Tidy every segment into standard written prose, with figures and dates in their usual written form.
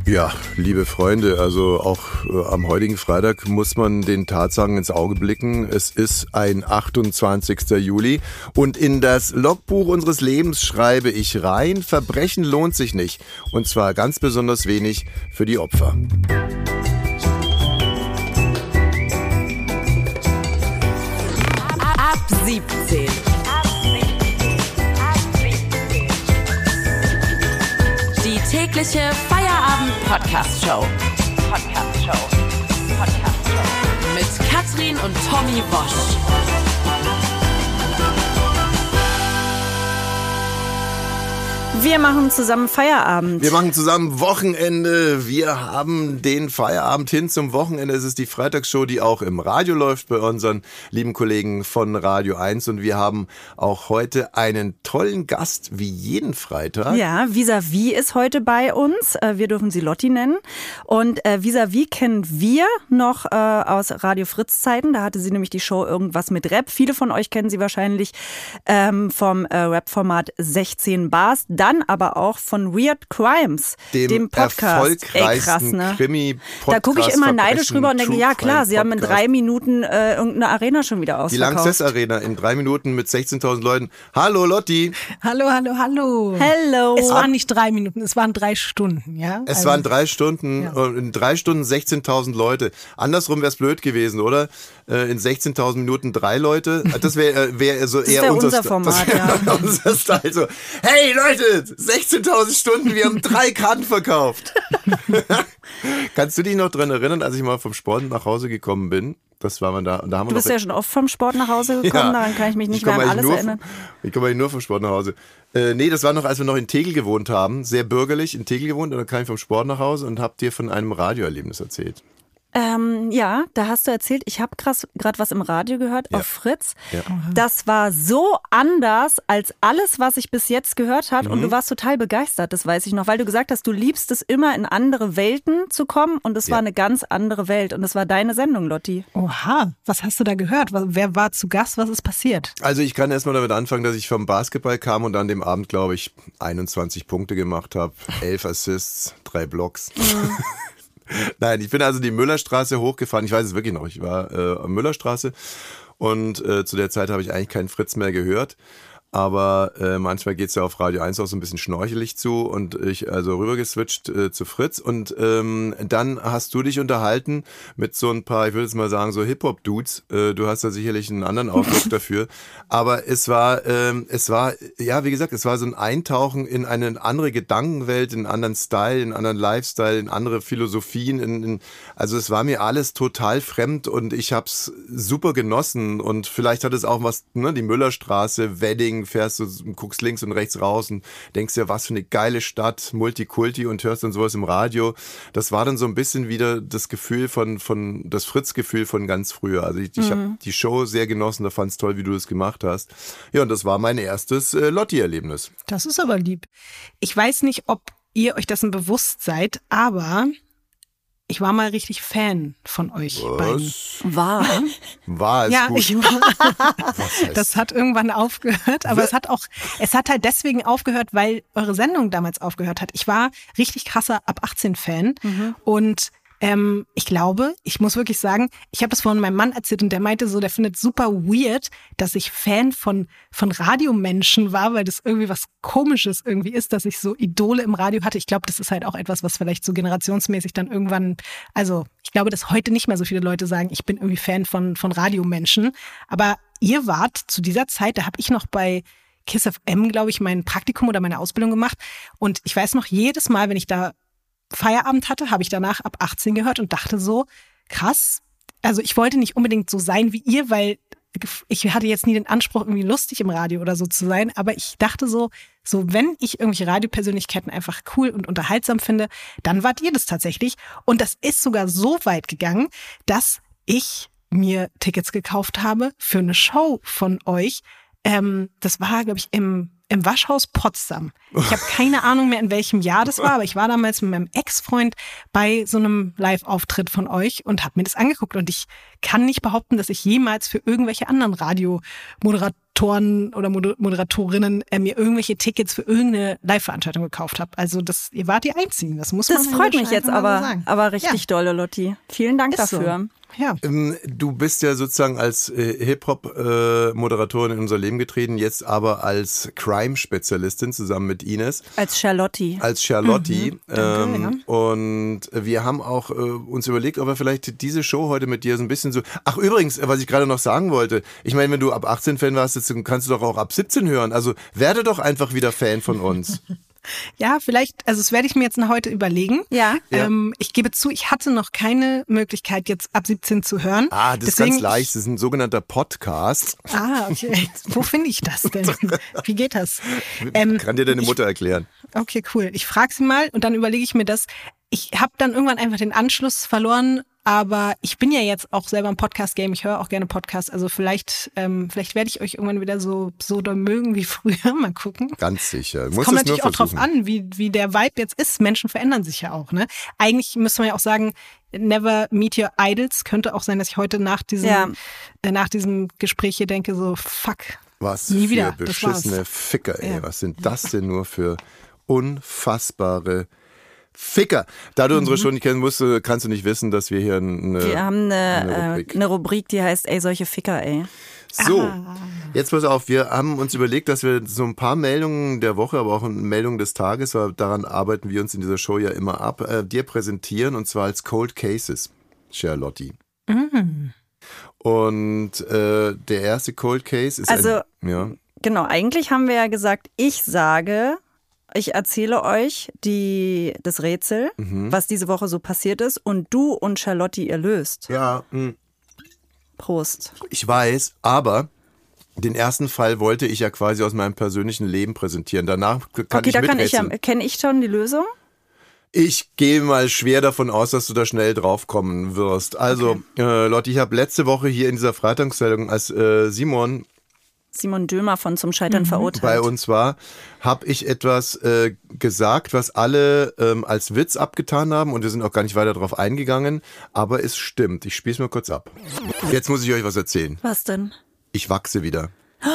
Ja, liebe Freunde, also auch am heutigen Freitag muss man den Tatsachen ins Auge blicken. Es ist ein 28. Juli und in das Logbuch unseres Lebens schreibe ich rein, Verbrechen lohnt sich nicht. Und zwar ganz besonders wenig für die Opfer. Ab 17. Die tägliche Feierabend-Podcast-Show. Mit Katrin und Tommy Bosch. Wir machen zusammen Feierabend. Wir machen zusammen Wochenende. Wir haben den Feierabend hin zum Wochenende. Es ist die Freitagsshow, die auch im Radio läuft bei unseren lieben Kollegen von Radio 1. Und wir haben auch heute einen tollen Gast, wie jeden Freitag. Ja, Vis-a-vis ist heute bei uns. Wir dürfen sie Lotti nennen. Und Vis-a-vis kennen wir noch aus Radio Fritz Zeiten. Da hatte sie nämlich die Show Irgendwas mit Rap. Viele von euch kennen sie wahrscheinlich vom Rap-Format 16 Bars. Dann aber auch von Weird Crimes, dem Podcast. Erfolgreichsten Krimi-Podcast. Da gucke ich immer neidisch rüber und denke, ja klar, sie haben in 3 Minuten irgendeine Arena schon wieder ausverkauft. Die Lanxess Arena in 3 Minuten mit 16.000 Leuten. Hallo Lotti. Hallo. Hello. Es waren nicht 3 Minuten, es waren 3 Stunden, ja? Es waren 3 Stunden, ja. Und in 3 Stunden 16.000 Leute. Andersrum wäre es blöd gewesen, oder? In 16.000 Minuten 3 Leute. Das wäre so eher unser Format, ja. Unser Style. So, hey Leute, 16.000 Stunden, wir haben 3 Karten verkauft. Kannst du dich noch dran erinnern, als ich mal vom Sport nach Hause gekommen bin? Das war man da. Und da haben du bist ja schon oft vom Sport nach Hause gekommen, ja. Daran kann ich mich nicht mehr an alles erinnern. Ich komme eigentlich nur vom Sport nach Hause. Nee, das war noch, als wir noch in Tegel gewohnt haben, sehr bürgerlich in Tegel gewohnt, und dann kam ich vom Sport nach Hause und habe dir von einem Radioerlebnis erzählt. Ja, da hast du erzählt, ich habe gerade was im Radio gehört, ja. Auf Fritz. Ja. Das war so anders als alles, was ich bis jetzt gehört habe. Und du warst total begeistert, das weiß ich noch, weil du gesagt hast, du liebst es immer, in andere Welten zu kommen. Und es war eine ganz andere Welt. Und es war deine Sendung, Lotti. Oha, was hast du da gehört? Wer war zu Gast? Was ist passiert? Also ich kann erstmal damit anfangen, dass ich vom Basketball kam und an dem Abend, glaube ich, 21 Punkte gemacht habe, 11 Assists, 3 Blocks. Nein, ich bin also die Müllerstraße hochgefahren. Ich weiß es wirklich noch. Ich war am Müllerstraße und zu der Zeit habe ich eigentlich keinen Fritz mehr gehört. Aber manchmal geht's ja auf Radio 1 auch so ein bisschen schnorchelig zu und ich also rübergeswitcht zu Fritz und dann hast du dich unterhalten mit so ein paar, ich würde jetzt mal sagen, so Hip-Hop-Dudes. Du hast da sicherlich einen anderen Ausdruck dafür. Aber es war, ja, wie gesagt, es war so ein Eintauchen in eine andere Gedankenwelt, in einen anderen Style, in einen anderen Lifestyle, in andere Philosophien. Also es war mir alles total fremd und ich hab's super genossen und vielleicht hat es auch was, ne, die Müllerstraße, Wedding, fährst du, guckst links und rechts raus und denkst dir, was für eine geile Stadt, Multikulti, und hörst dann sowas im Radio. Das war dann so ein bisschen wieder das Gefühl das Fritz-Gefühl von ganz früher. Also ich habe die Show sehr genossen, da fand's toll, wie du das gemacht hast. Ja, und das war mein erstes Lotti-Erlebnis. Das ist aber lieb. Ich weiß nicht, ob ihr euch dessen bewusst seid, aber ich war mal richtig Fan von euch beiden. War es ja, gut? Ich war. Das hat irgendwann aufgehört, aber es hat halt deswegen aufgehört, weil eure Sendung damals aufgehört hat. Ich war richtig krasser Ab 18 Fan und ich glaube, ich muss wirklich sagen, ich habe das vorhin meinem Mann erzählt und der meinte so, der findet super weird, dass ich Fan von Radiomenschen war, weil das irgendwie was Komisches irgendwie ist, dass ich so Idole im Radio hatte. Ich glaube, das ist halt auch etwas, was vielleicht so generationsmäßig dann irgendwann, also ich glaube, dass heute nicht mehr so viele Leute sagen, ich bin irgendwie Fan von Radiomenschen. Aber ihr wart zu dieser Zeit, da habe ich noch bei KISS FM, glaube ich, mein Praktikum oder meine Ausbildung gemacht. Und ich weiß noch, jedes Mal, wenn ich da Feierabend hatte, habe ich danach Ab 18 gehört und dachte so, krass. Also ich wollte nicht unbedingt so sein wie ihr, weil ich hatte jetzt nie den Anspruch, irgendwie lustig im Radio oder so zu sein. Aber ich dachte so wenn ich irgendwelche Radiopersönlichkeiten einfach cool und unterhaltsam finde, dann wart ihr das tatsächlich. Und das ist sogar so weit gegangen, dass ich mir Tickets gekauft habe für eine Show von euch. Das war, glaube ich, im Waschhaus Potsdam. Ich habe keine Ahnung mehr, in welchem Jahr das war, aber ich war damals mit meinem Ex-Freund bei so einem Live-Auftritt von euch und habe mir das angeguckt. Und ich kann nicht behaupten, dass ich jemals für irgendwelche anderen Radiomoderatoren Moderatoren oder Moderatorinnen mir irgendwelche Tickets für irgendeine Live-Veranstaltung gekauft habe. Also ihr wart die Einzigen. Das muss man Das freut mich jetzt so sagen. aber richtig dolle, Lotti. Vielen Dank Ist dafür. So. Ja. Du bist ja sozusagen als Hip-Hop-Moderatorin in unser Leben getreten, jetzt aber als Crime-Spezialistin zusammen mit Ines. Als Charlotti. Danke, Und wir haben auch uns überlegt, ob wir vielleicht diese Show heute mit dir so ein bisschen so... Ach übrigens, was ich gerade noch sagen wollte, ich meine, wenn du ab 18 Fan warst, jetzt kannst du doch auch ab 17 hören. Also werde doch einfach wieder Fan von uns. Ja, vielleicht, also das werde ich mir jetzt heute überlegen. Ja. Ich gebe zu, ich hatte noch keine Möglichkeit, jetzt ab 17 zu hören. Das ist ganz leicht, das ist ein sogenannter Podcast. Okay. Wo finde ich das denn? Wie geht das? Kann dir deine Mutter erklären. Okay, cool. Ich frage sie mal und dann überlege ich mir das. Ich habe dann irgendwann einfach den Anschluss verloren, aber ich bin ja jetzt auch selber im Podcast-Game. Ich höre auch gerne Podcasts. Also vielleicht werde ich euch irgendwann wieder so doll mögen wie früher. Mal gucken. Ganz sicher. Es kommt natürlich auch drauf an, wie der Vibe jetzt ist. Menschen verändern sich ja auch. Ne? Eigentlich müsste man ja auch sagen, never meet your idols. Könnte auch sein, dass ich heute nach diesem Gespräch hier denke, so fuck, was nie wieder. für beschissene Ficker, ey. Ja. Was sind das denn nur für unfassbare Ficker. Da du unsere Show nicht kennen musst, kannst du nicht wissen, dass wir hier wir haben eine Rubrik, die heißt, ey, solche Ficker, ey. So, jetzt pass auf, wir haben uns überlegt, dass wir so ein paar Meldungen der Woche, aber auch eine Meldung des Tages, weil daran arbeiten wir uns in dieser Show ja immer ab, dir präsentieren, und zwar als Cold Cases, Charlotti. Und der erste Cold Case ist genau, eigentlich haben wir ja gesagt, ich erzähle euch das Rätsel, was diese Woche so passiert ist, und du und Charlotti ihr löst. Ja. Prost. Ich weiß, aber den ersten Fall wollte ich ja quasi aus meinem persönlichen Leben präsentieren. Danach kann ich miträtseln. Kenne ich schon die Lösung? Ich gehe mal schwer davon aus, dass du da schnell draufkommen wirst. Also, Lotti, ich habe letzte Woche hier in dieser Freitagssendung, als Simon Dömer von Zum Scheitern verurteilt bei uns war, habe ich etwas gesagt, was alle als Witz abgetan haben, und wir sind auch gar nicht weiter darauf eingegangen, aber es stimmt. Ich spiele es mal kurz ab. Jetzt muss ich euch was erzählen. Was denn? Ich wachse wieder.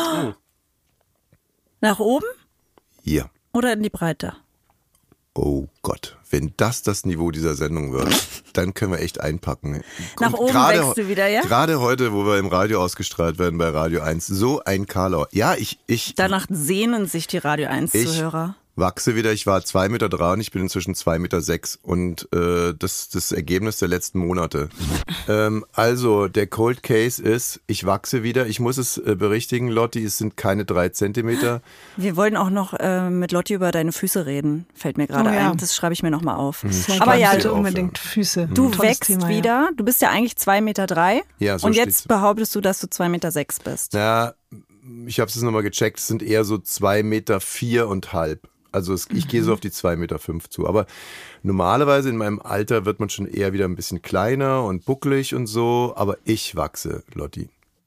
Nach oben? Hier. Oder in die Breite? Oh Gott, wenn das Niveau dieser Sendung wird, dann können wir echt einpacken. Nach oben wächst du wieder, ja? Gerade heute, wo wir im Radio ausgestrahlt werden bei Radio 1, so ein Karlau. Ja, ich danach sehnen sich die Radio 1-Zuhörer. Wachse wieder, ich war 2,3 Meter und ich bin inzwischen 2,6 Meter und das Ergebnis der letzten Monate. Also der Cold Case ist, ich wachse wieder, ich muss es berichtigen, Lotti, es sind keine 3 Zentimeter. Wir wollten auch noch mit Lotti über deine Füße reden, fällt mir gerade ein, das schreibe ich mir nochmal auf. Aber ja, unbedingt Füße. Du wächst Thema, wieder, du bist ja eigentlich 2,3 Meter ja, so und jetzt behauptest du, dass du 2,6 Meter bist. Ja, ich habe es nochmal gecheckt, es sind eher so 2,4 Meter und halb. Also ich gehe so auf die 2,5 Meter zu. Aber normalerweise in meinem Alter wird man schon eher wieder ein bisschen kleiner und bucklig und so. Aber ich wachse, Lotti.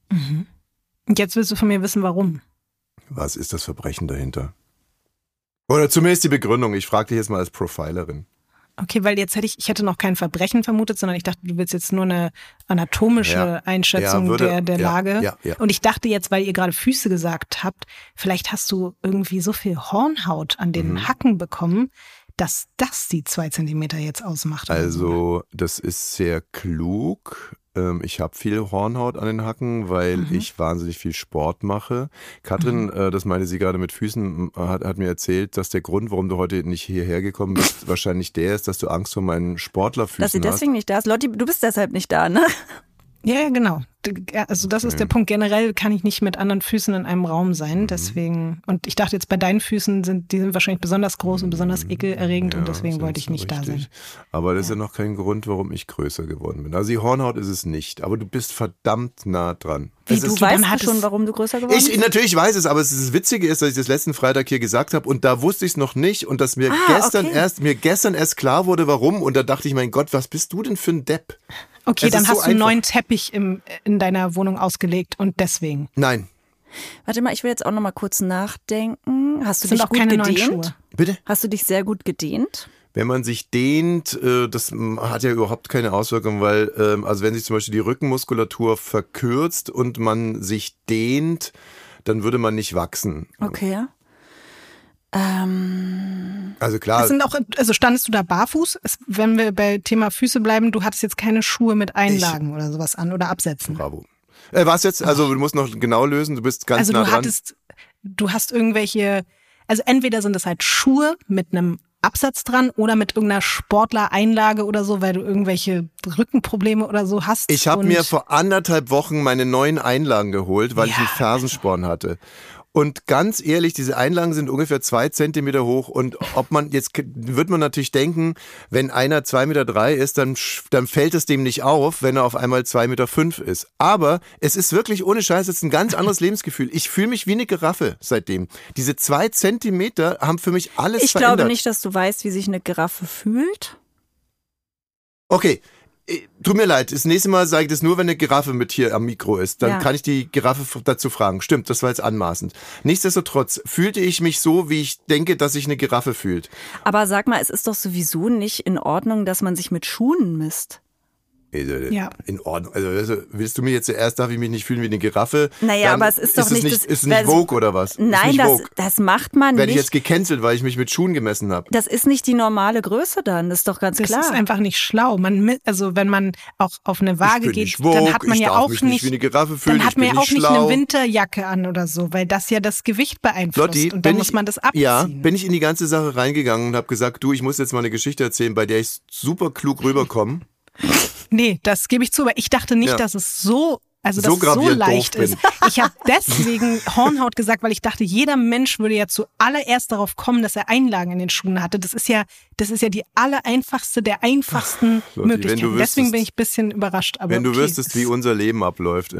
Und jetzt willst du von mir wissen, warum? Was ist das Verbrechen dahinter? Oder zumindest die Begründung. Ich frage dich jetzt mal als Profilerin. Okay, weil jetzt ich hätte noch kein Verbrechen vermutet, sondern ich dachte, du willst jetzt nur eine anatomische Einschätzung der Lage. Ja. Und ich dachte jetzt, weil ihr gerade Füße gesagt habt, vielleicht hast du irgendwie so viel Hornhaut an den Hacken bekommen, dass das die 2 Zentimeter jetzt ausmacht. Also das ist sehr klug. Ich habe viel Hornhaut an den Hacken, weil ich wahnsinnig viel Sport mache. Katrin, das meinte sie gerade mit Füßen, hat mir erzählt, dass der Grund, warum du heute nicht hierher gekommen bist, wahrscheinlich der ist, dass du Angst vor meinen Sportlerfüßen hast. Dass sie deswegen nicht da ist. Lotti, du bist deshalb nicht da, ne? Ja, genau. Also das ist der Punkt. Generell kann ich nicht mit anderen Füßen in einem Raum sein. Deswegen, und ich dachte jetzt, bei deinen Füßen die sind wahrscheinlich besonders groß und besonders ekelerregend und deswegen wollte ich nicht da sein. Aber das ist ja noch kein Grund, warum ich größer geworden bin. Also die Hornhaut ist es nicht, aber du bist verdammt nah dran. Wie, du weißt schon, warum du größer geworden bist? Natürlich weiß es, aber das Witzige ist, dass ich das letzten Freitag hier gesagt habe und da wusste ich es noch nicht und dass mir gestern erst klar wurde, warum, und da dachte ich, mein Gott, was bist du denn für ein Depp? Okay, dann hast du einen neuen Teppich in deiner Wohnung ausgelegt und deswegen. Nein. Warte mal, ich will jetzt auch noch mal kurz nachdenken. Hast du dich gut keine gedehnt? Neuen Schuhe. Bitte? Hast du dich sehr gut gedehnt? Wenn man sich dehnt, das hat ja überhaupt keine Auswirkung, weil also wenn sich zum Beispiel die Rückenmuskulatur verkürzt und man sich dehnt, dann würde man nicht wachsen. Okay. Also klar. Das sind auch, also standest du da barfuß? Wenn wir bei Thema Füße bleiben, du hattest jetzt keine Schuhe mit Einlagen oder sowas an oder Absätzen. Bravo. Was jetzt? Also du musst noch genau lösen, du bist ganz nah dran. Du hast irgendwelche, also entweder sind das halt Schuhe mit einem Absatz dran oder mit irgendeiner Sportler-Einlage oder so, weil du irgendwelche Rückenprobleme oder so hast. Ich habe mir vor 1,5 Wochen meine neuen Einlagen geholt, weil ich einen Fersensporn hatte. Und ganz ehrlich, diese Einlagen sind ungefähr 2 Zentimeter hoch und jetzt wird man natürlich denken, wenn einer 2,3 Meter ist, dann fällt es dem nicht auf, wenn er auf einmal 2,5 Meter ist. Aber es ist wirklich ohne Scheiß jetzt ein ganz anderes Lebensgefühl. Ich fühle mich wie eine Giraffe seitdem. Diese 2 Zentimeter haben für mich alles verändert. Ich glaube nicht, dass du weißt, wie sich eine Giraffe fühlt. Okay. Tut mir leid, das nächste Mal sage ich das nur, wenn eine Giraffe mit hier am Mikro ist. Dann kann ich die Giraffe dazu fragen. Stimmt, das war jetzt anmaßend. Nichtsdestotrotz fühlte ich mich so, wie ich denke, dass sich eine Giraffe fühlt. Aber sag mal, es ist doch sowieso nicht in Ordnung, dass man sich mit Schuhen misst. Ja. In Ordnung. Also willst du mir jetzt zuerst, darf ich mich nicht fühlen wie eine Giraffe? Naja, aber es ist doch nicht... Ist es nicht Vogue oder was? Nein, das macht man nicht. Werde ich jetzt gecancelt, weil ich mich mit Schuhen gemessen habe? Das ist nicht die normale Größe dann, das ist doch ganz klar. Das ist einfach nicht schlau. Also wenn man auch auf eine Waage geht, dann hat man ja auch nicht... Wie eine Giraffe fühlen. Dann hat man ja auch nicht eine Winterjacke an oder so, weil das ja das Gewicht beeinflusst. Lotti, und dann muss man das abziehen. Ja, bin ich in die ganze Sache reingegangen und habe gesagt, du, ich muss jetzt mal eine Geschichte erzählen, bei der ich super klug rüberkomme. Nee, das gebe ich zu, aber ich dachte nicht, dass es so leicht ist. Ich habe deswegen Hornhaut gesagt, weil ich dachte, jeder Mensch würde ja zuallererst darauf kommen, dass er Einlagen in den Schuhen hatte. Das ist ja die allereinfachste der einfachsten Möglichkeiten. Deswegen bin ich ein bisschen überrascht. Aber wenn du wüsstest, wie unser Leben abläuft.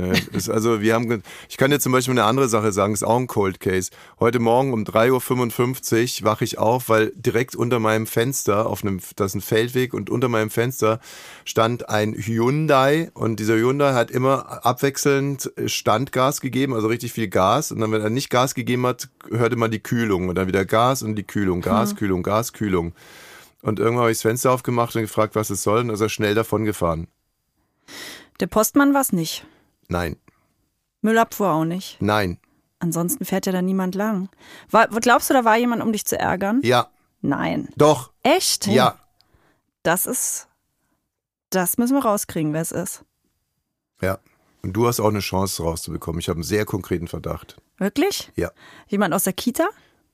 Ich kann dir zum Beispiel eine andere Sache sagen, ist auch ein Cold Case. Heute Morgen um 3:55 Uhr wache ich auf, weil direkt unter meinem Fenster, das ist ein Feldweg, und unter meinem Fenster stand ein Hyundai, und dieser Hyundai hat immer abwechselnd Standgas gegeben, also richtig viel Gas, und dann, wenn er nicht Gas gegeben hat, hörte man die Kühlung und dann wieder Gas und die Kühlung, Gas, Kühlung, Gas, Kühlung. Und irgendwann habe ich das Fenster aufgemacht und gefragt, was es soll, und dann ist er schnell davon gefahren. Der Postmann war es nicht. Nein. Müllabfuhr auch nicht. Nein. Ansonsten fährt ja da niemand lang. Glaubst du, da war jemand, um dich zu ärgern? Ja. Nein. Doch. Echt? Ja. Das müssen wir rauskriegen, wer es ist. Ja. Und du hast auch eine Chance rauszubekommen. Ich habe einen sehr konkreten Verdacht. Wirklich? Ja. Jemand aus der Kita?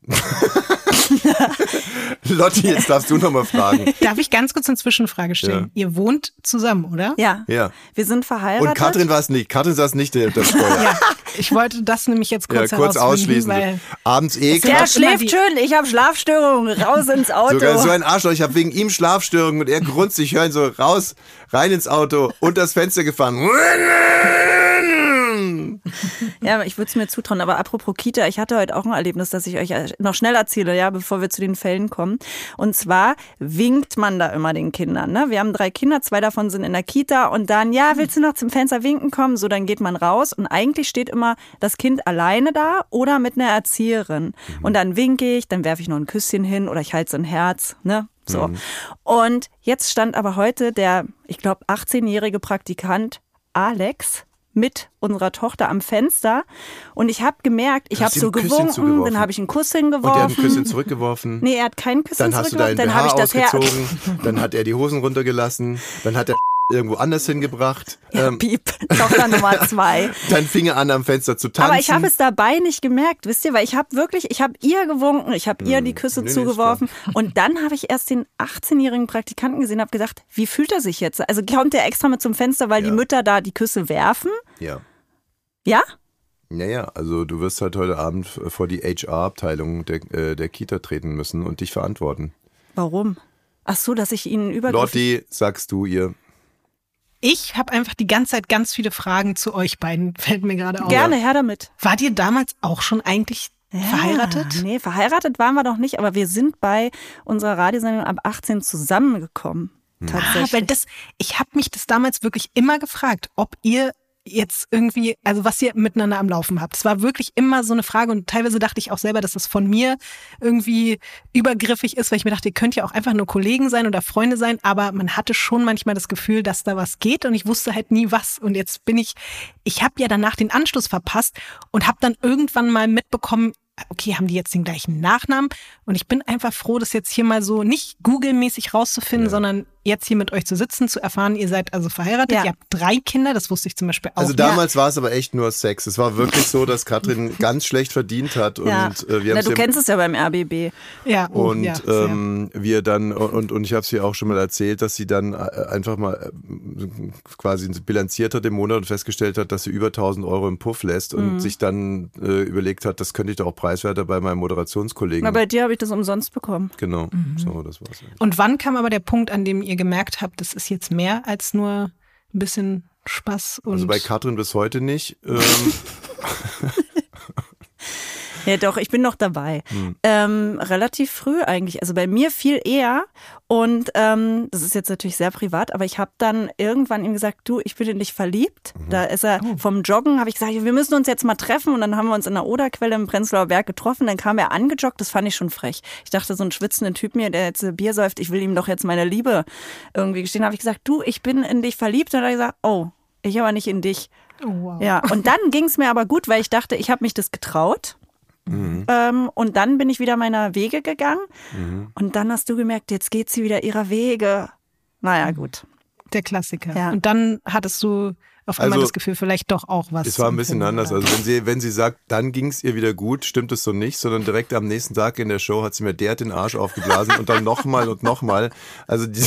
Lotti, jetzt darfst du nochmal fragen. Darf ich ganz kurz eine Zwischenfrage stellen? Ja. Ihr wohnt zusammen, oder? Ja. Wir sind verheiratet. Und Katrin war es nicht. Katrin saß nicht hinter der Steuer. Ja, ich wollte das nämlich jetzt kurz ausschließen. Weil abends Der schläft schön, ich habe Schlafstörungen, raus ins Auto. Sogar so ein Arschloch, ich habe wegen ihm Schlafstörungen und er grunzt, ich höre ihn so rein ins Auto, unter das Fenster gefahren. Ja, ich würde es mir zutrauen. Aber apropos Kita, ich hatte heute auch ein Erlebnis, das ich euch noch schnell erzähle, ja, bevor wir zu den Fällen kommen. Und zwar winkt man da immer den Kindern. Ne? Wir haben 3 Kinder, 2 davon sind in der Kita und dann, ja, willst du noch zum Fenster winken kommen? So, dann geht man raus und eigentlich steht immer das Kind alleine da oder mit einer Erzieherin. Und dann winke ich, dann werfe ich noch ein Küsschen hin oder ich halte so ein Herz, ne? So. Und jetzt stand aber heute der, ich glaube, 18-jährige Praktikant Alex mit unserer Tochter am Fenster und ich habe gemerkt, ich habe so gewunken, dann habe ich einen Kuss hingeworfen. Und der hat ein Küsschen zurückgeworfen? Nee, er hat keinen Küsschen zurückgeworfen. Dann hast du dein BH ausgezogen, dann hat er die Hosen runtergelassen, dann hat er irgendwo anders hingebracht. Ja, Piep, Tochter Nummer 2. Dann fing er an, am Fenster zu tanzen. Aber ich habe es dabei nicht gemerkt, wisst ihr, weil ich habe ihr gewunken, ich habe ihr die Küsse zugeworfen und dann habe ich erst den 18-jährigen Praktikanten gesehen und habe gedacht, wie fühlt er sich jetzt? Also kommt er extra mit zum Fenster, weil die Mütter da die Küsse werfen? Ja. Ja? Naja, also du wirst halt heute Abend vor die HR-Abteilung der Kita treten müssen und dich verantworten. Warum? Ach so, dass ich ihnen übergriff. Lotti, sagst du ihr. Ich habe einfach die ganze Zeit ganz viele Fragen zu euch beiden, fällt mir gerade auf. Gerne, her damit. Wart ihr damals auch schon eigentlich verheiratet? Nee, verheiratet waren wir doch nicht, aber wir sind bei unserer Radiosendung ab 18 zusammengekommen. Tatsächlich. Weil ich habe mich das damals wirklich immer gefragt, ob ihr jetzt irgendwie, also was ihr miteinander am Laufen habt. Es war wirklich immer so eine Frage und teilweise dachte ich auch selber, dass das von mir irgendwie übergriffig ist, weil ich mir dachte, ihr könnt ja auch einfach nur Kollegen sein oder Freunde sein, aber man hatte schon manchmal das Gefühl, dass da was geht und ich wusste halt nie was. Und jetzt ich habe ja danach den Anschluss verpasst und habe dann irgendwann mal mitbekommen, okay, haben die jetzt den gleichen Nachnamen? Und ich bin einfach froh, das jetzt hier mal so nicht Google-mäßig rauszufinden, sondern jetzt hier mit euch zu sitzen, zu erfahren, ihr seid also verheiratet, ihr habt 3 Kinder, das wusste ich zum Beispiel auch. Also damals war es aber echt nur Sex. Es war wirklich so, dass Katrin ganz schlecht verdient hat. Und, wir haben du kennst es ja beim RBB. Ja. Und wir dann, und ich habe es dir auch schon mal erzählt, dass sie dann einfach mal quasi bilanziert hat im Monat und festgestellt hat, dass sie über 1.000 Euro im Puff lässt und sich dann überlegt hat, das könnte ich doch auch preiswerter bei meinem Moderationskollegen. Aber bei dir habe ich das umsonst bekommen. Genau, so, das war's. Und wann kam aber der Punkt, an dem ihr gemerkt habt, das ist jetzt mehr als nur ein bisschen Spaß? Und also bei Katrin bis heute nicht. Ja, doch, ich bin noch dabei. Relativ früh eigentlich. Also bei mir viel eher. Und das ist jetzt natürlich sehr privat, aber ich habe dann irgendwann ihm gesagt, du, ich bin in dich verliebt. Da ist er vom Joggen, habe ich gesagt, wir müssen uns jetzt mal treffen. Und dann haben wir uns in der Oderquelle im Prenzlauer Berg getroffen. Dann kam er angejoggt, das fand ich schon frech. Ich dachte, so ein schwitzender Typ mir, der jetzt Bier säuft, ich will ihm doch jetzt meine Liebe irgendwie gestehen. Da habe ich gesagt, du, ich bin in dich verliebt. Und dann hat er gesagt, oh, ich aber nicht in dich. Oh, wow. Ja, und dann ging es mir aber gut, weil ich dachte, ich habe mich das getraut. Und dann bin ich wieder meiner Wege gegangen. Und dann hast du gemerkt, jetzt geht sie wieder ihrer Wege. Naja, gut. Der Klassiker. Ja. Und dann hattest du auf einmal das Gefühl, vielleicht doch auch was. Es war ein bisschen anders. Also wenn sie sagt, dann ging es ihr wieder gut, stimmt es so nicht, sondern direkt am nächsten Tag in der Show hat sie mir derart den Arsch aufgeblasen und dann nochmal und nochmal. Also die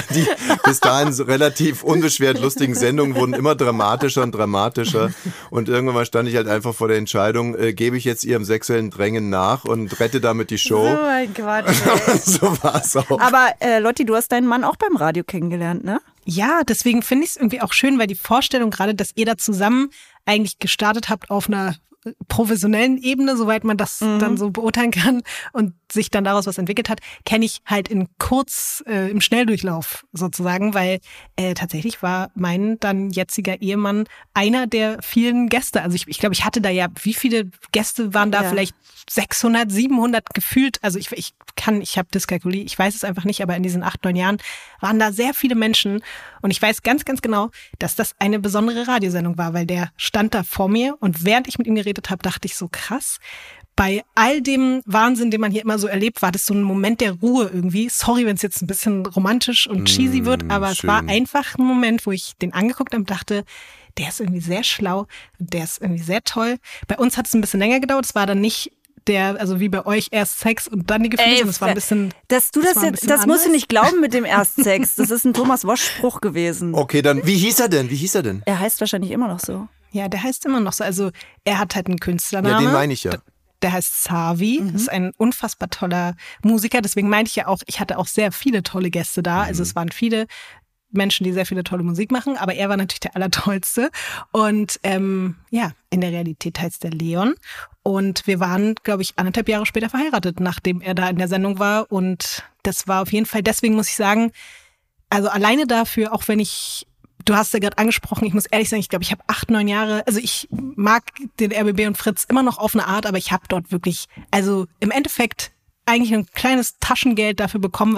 bis dahin relativ unbeschwert lustigen Sendungen wurden immer dramatischer und dramatischer. Und irgendwann mal stand ich halt einfach vor der Entscheidung, gebe ich jetzt ihrem sexuellen Drängen nach und rette damit die Show. Oh mein Gott. So war es auch. Aber Lotti, du hast deinen Mann auch beim Radio kennengelernt, ne? Ja, deswegen finde ich es irgendwie auch schön, weil die Vorstellung gerade, dass ihr da zusammen eigentlich gestartet habt auf einer professionellen Ebene, soweit man das dann so beurteilen kann und sich dann daraus was entwickelt hat, kenne ich halt im Schnelldurchlauf sozusagen, weil tatsächlich war mein dann jetziger Ehemann einer der vielen Gäste. Also ich glaube, ich hatte da ja, wie viele Gäste waren da? Vielleicht 600, 700 gefühlt. Also ich habe Dyskalkulie, ich weiß es einfach nicht, aber in diesen 8, 9 Jahren waren da sehr viele Menschen und ich weiß ganz, ganz genau, dass das eine besondere Radiosendung war, weil der stand da vor mir und während ich mit ihm geredet habe, dachte ich so krass. Bei all dem Wahnsinn, den man hier immer so erlebt, war das so ein Moment der Ruhe irgendwie. Sorry, wenn es jetzt ein bisschen romantisch und cheesy wird, aber schön. Es war einfach ein Moment, wo ich den angeguckt habe und dachte, der ist irgendwie sehr schlau, der ist irgendwie sehr toll. Bei uns hat es ein bisschen länger gedauert, es war dann nicht also wie bei euch erst Sex und dann die Gefühle, sondern es war ein bisschen. Das musst du nicht glauben mit dem Erstsex. Das ist ein Thomas Wosch-Spruch gewesen. Okay, dann wie hieß er denn? Er heißt wahrscheinlich immer noch so. Ja, der heißt immer noch so. Also er hat halt einen Künstlernamen. Ja, den meine ich ja. Der heißt Savi, das ist ein unfassbar toller Musiker. Deswegen meinte ich ja auch, ich hatte auch sehr viele tolle Gäste da. Also es waren viele Menschen, die sehr viele tolle Musik machen, aber er war natürlich der Allertollste. Und in der Realität heißt der Leon. Und wir waren, glaube ich, 1,5 Jahre später verheiratet, nachdem er da in der Sendung war. Und das war auf jeden Fall, deswegen muss ich sagen, also alleine dafür, auch wenn du hast ja gerade angesprochen, ich muss ehrlich sagen, ich glaube, ich habe 8, 9 Jahre, also ich mag den RBB und Fritz immer noch auf eine Art, aber ich habe dort wirklich, also im Endeffekt eigentlich ein kleines Taschengeld dafür bekommen,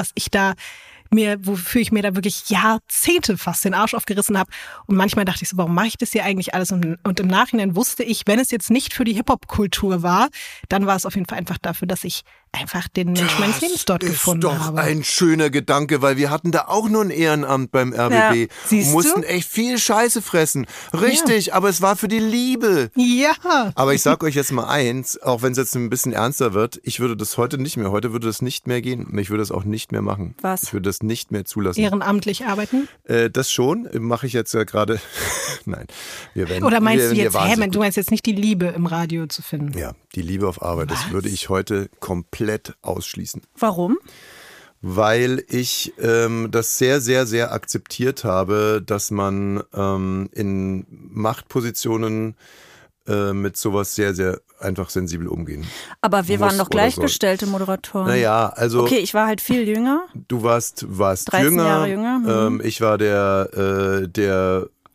wofür ich mir da wirklich Jahrzehnte fast den Arsch aufgerissen habe. Und manchmal dachte ich so, warum mache ich das hier eigentlich alles? Und im Nachhinein wusste ich, wenn es jetzt nicht für die Hip-Hop-Kultur war, dann war es auf jeden Fall einfach dafür, dass ich einfach den Mensch meines Lebens dort gefunden habe. Das ist doch ein schöner Gedanke, weil wir hatten da auch nur ein Ehrenamt beim RBB. Ja, siehst du? Mussten echt viel Scheiße fressen. Richtig, aber es war für die Liebe. Ja. Aber ich sag euch jetzt mal eins, auch wenn es jetzt ein bisschen ernster wird, ich würde das heute nicht mehr. Heute würde das nicht mehr gehen. Ich würde das auch nicht mehr machen. Was? Ich würde das nicht mehr zulassen. Ehrenamtlich arbeiten? Das schon, mache ich jetzt ja gerade. Nein. Oder meinst du jetzt, du meinst jetzt nicht die Liebe im Radio zu finden? Ja, die Liebe auf Arbeit, das würde ich heute komplett ausschließen. Warum? Weil ich das sehr, sehr, sehr akzeptiert habe, dass man in Machtpositionen mit sowas sehr, sehr einfach sensibel umgehen. Aber wir waren doch gleichgestellte Moderatoren. Naja, also. Okay, ich war halt viel jünger. Du warst 13 jünger. Jahre jünger. Ich war der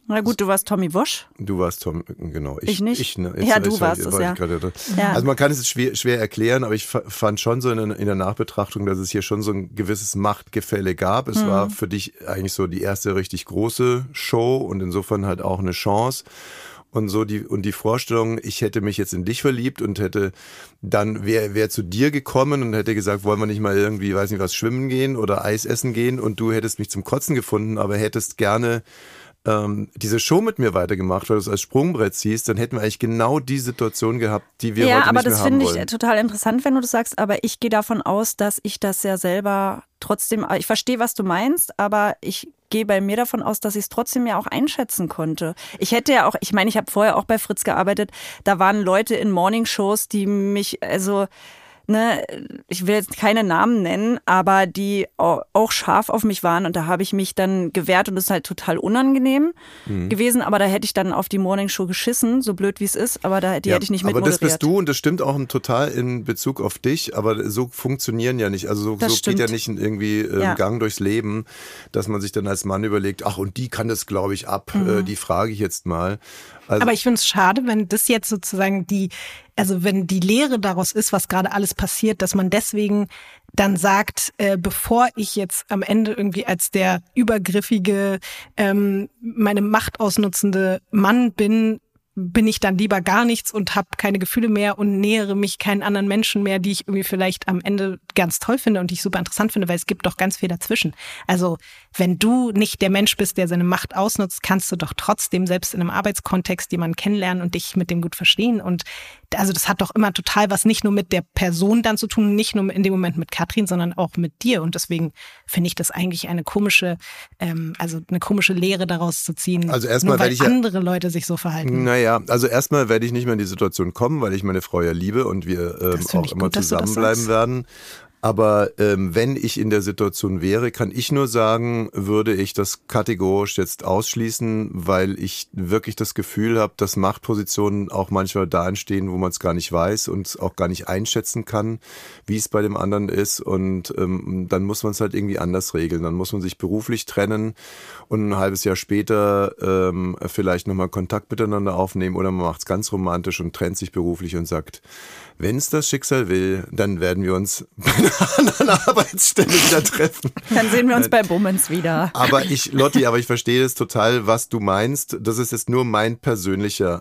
Na gut, du warst Tommy Wosch. Du warst Tom, genau. Ich nicht? Ne? Ja, du warst es, ja. Also man kann es schwer erklären, aber ich fand schon so in der Nachbetrachtung, dass es hier schon so ein gewisses Machtgefälle gab. Es war für dich eigentlich so die erste richtig große Show und insofern halt auch eine Chance. Und so die Vorstellung, ich hätte mich jetzt in dich verliebt und hätte dann, wäre zu dir gekommen und hätte gesagt, wollen wir nicht mal irgendwie, weiß nicht was, schwimmen gehen oder Eis essen gehen, und du hättest mich zum Kotzen gefunden, aber hättest gerne diese Show mit mir weitergemacht, weil du es als Sprungbrett siehst, dann hätten wir eigentlich genau die Situation gehabt, die wir heute nicht mehr haben wollen. Ja, aber das finde ich total interessant, wenn du das sagst, aber ich gehe davon aus, dass ich das ja selber trotzdem, ich verstehe, was du meinst, aber ich gehe bei mir davon aus, dass ich es trotzdem ja auch einschätzen konnte. Ich hätte ja auch, ich meine, ich habe vorher auch bei Fritz gearbeitet, da waren Leute in Morningshows, die mich, also ich will jetzt keine Namen nennen, aber die auch scharf auf mich waren, und da habe ich mich dann gewehrt und das ist halt total unangenehm gewesen, aber da hätte ich dann auf die Morningshow geschissen, so blöd wie es ist, aber hätte ich nicht mitmoderiert. Aber das bist du, und das stimmt auch total in Bezug auf dich, aber so funktionieren ja nicht, also so geht ja nicht irgendwie Gang durchs Leben, dass man sich dann als Mann überlegt, ach, und die kann das, glaube ich, ab, die frage ich jetzt mal. Also, aber ich finde es schade, wenn das jetzt sozusagen wenn die Lehre daraus ist, was gerade alles passiert, dass man deswegen dann sagt, bevor ich jetzt am Ende irgendwie als der übergriffige, meine Macht ausnutzende Mann bin ich dann lieber gar nichts und habe keine Gefühle mehr und nähere mich keinen anderen Menschen mehr, die ich irgendwie vielleicht am Ende ganz toll finde und die ich super interessant finde, weil es gibt doch ganz viel dazwischen. Also wenn du nicht der Mensch bist, der seine Macht ausnutzt, kannst du doch trotzdem selbst in einem Arbeitskontext jemanden kennenlernen und dich mit dem gut verstehen. Und also das hat doch immer total was nicht nur mit der Person dann zu tun, nicht nur in dem Moment mit Katrin, sondern auch mit dir. Und deswegen finde ich das eigentlich eine komische Lehre daraus zu ziehen, also erstmal, weil andere Leute sich so verhalten. Naja, also erstmal werde ich nicht mehr in die Situation kommen, weil ich meine Frau ja liebe und wir auch immer zusammenbleiben werden. Aber wenn ich in der Situation wäre, kann ich nur sagen, würde ich das kategorisch jetzt ausschließen, weil ich wirklich das Gefühl habe, dass Machtpositionen auch manchmal da entstehen, wo man es gar nicht weiß und auch gar nicht einschätzen kann, wie es bei dem anderen ist. Und dann muss man es halt irgendwie anders regeln. Dann muss man sich beruflich trennen und ein halbes Jahr später vielleicht nochmal Kontakt miteinander aufnehmen, oder man macht es ganz romantisch und trennt sich beruflich und sagt, wenn es das Schicksal will, dann werden wir uns bei einer anderen Arbeitsstelle wieder treffen. Dann sehen wir uns bei Bummens wieder. Aber ich verstehe das total, was du meinst. Das ist jetzt nur mein persönlicher,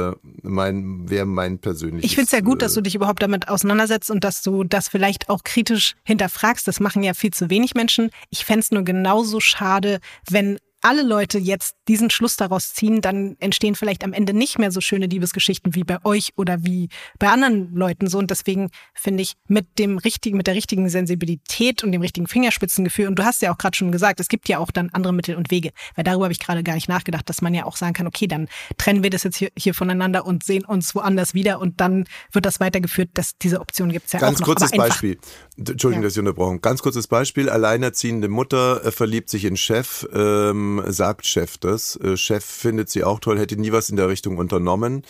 mein persönliches. Ich finde es ja gut, dass du dich überhaupt damit auseinandersetzt und dass du das vielleicht auch kritisch hinterfragst. Das machen ja viel zu wenig Menschen. Ich fände es nur genauso schade, wenn alle Leute jetzt diesen Schluss daraus ziehen, dann entstehen vielleicht am Ende nicht mehr so schöne Liebesgeschichten wie bei euch oder wie bei anderen Leuten so. Und deswegen finde ich mit der richtigen Sensibilität und dem richtigen Fingerspitzengefühl, und du hast ja auch gerade schon gesagt, es gibt ja auch dann andere Mittel und Wege, weil darüber habe ich gerade gar nicht nachgedacht, dass man ja auch sagen kann, okay, dann trennen wir das jetzt hier voneinander und sehen uns woanders wieder und dann wird das weitergeführt. Diese Option gibt es ja auch noch. Ganz kurzes Beispiel. Entschuldigung, dass ich unterbrochen. Ganz kurzes Beispiel. Alleinerziehende Mutter verliebt sich in Chef, sagt Chef das. Chef findet sie auch toll, hätte nie was in der Richtung unternommen.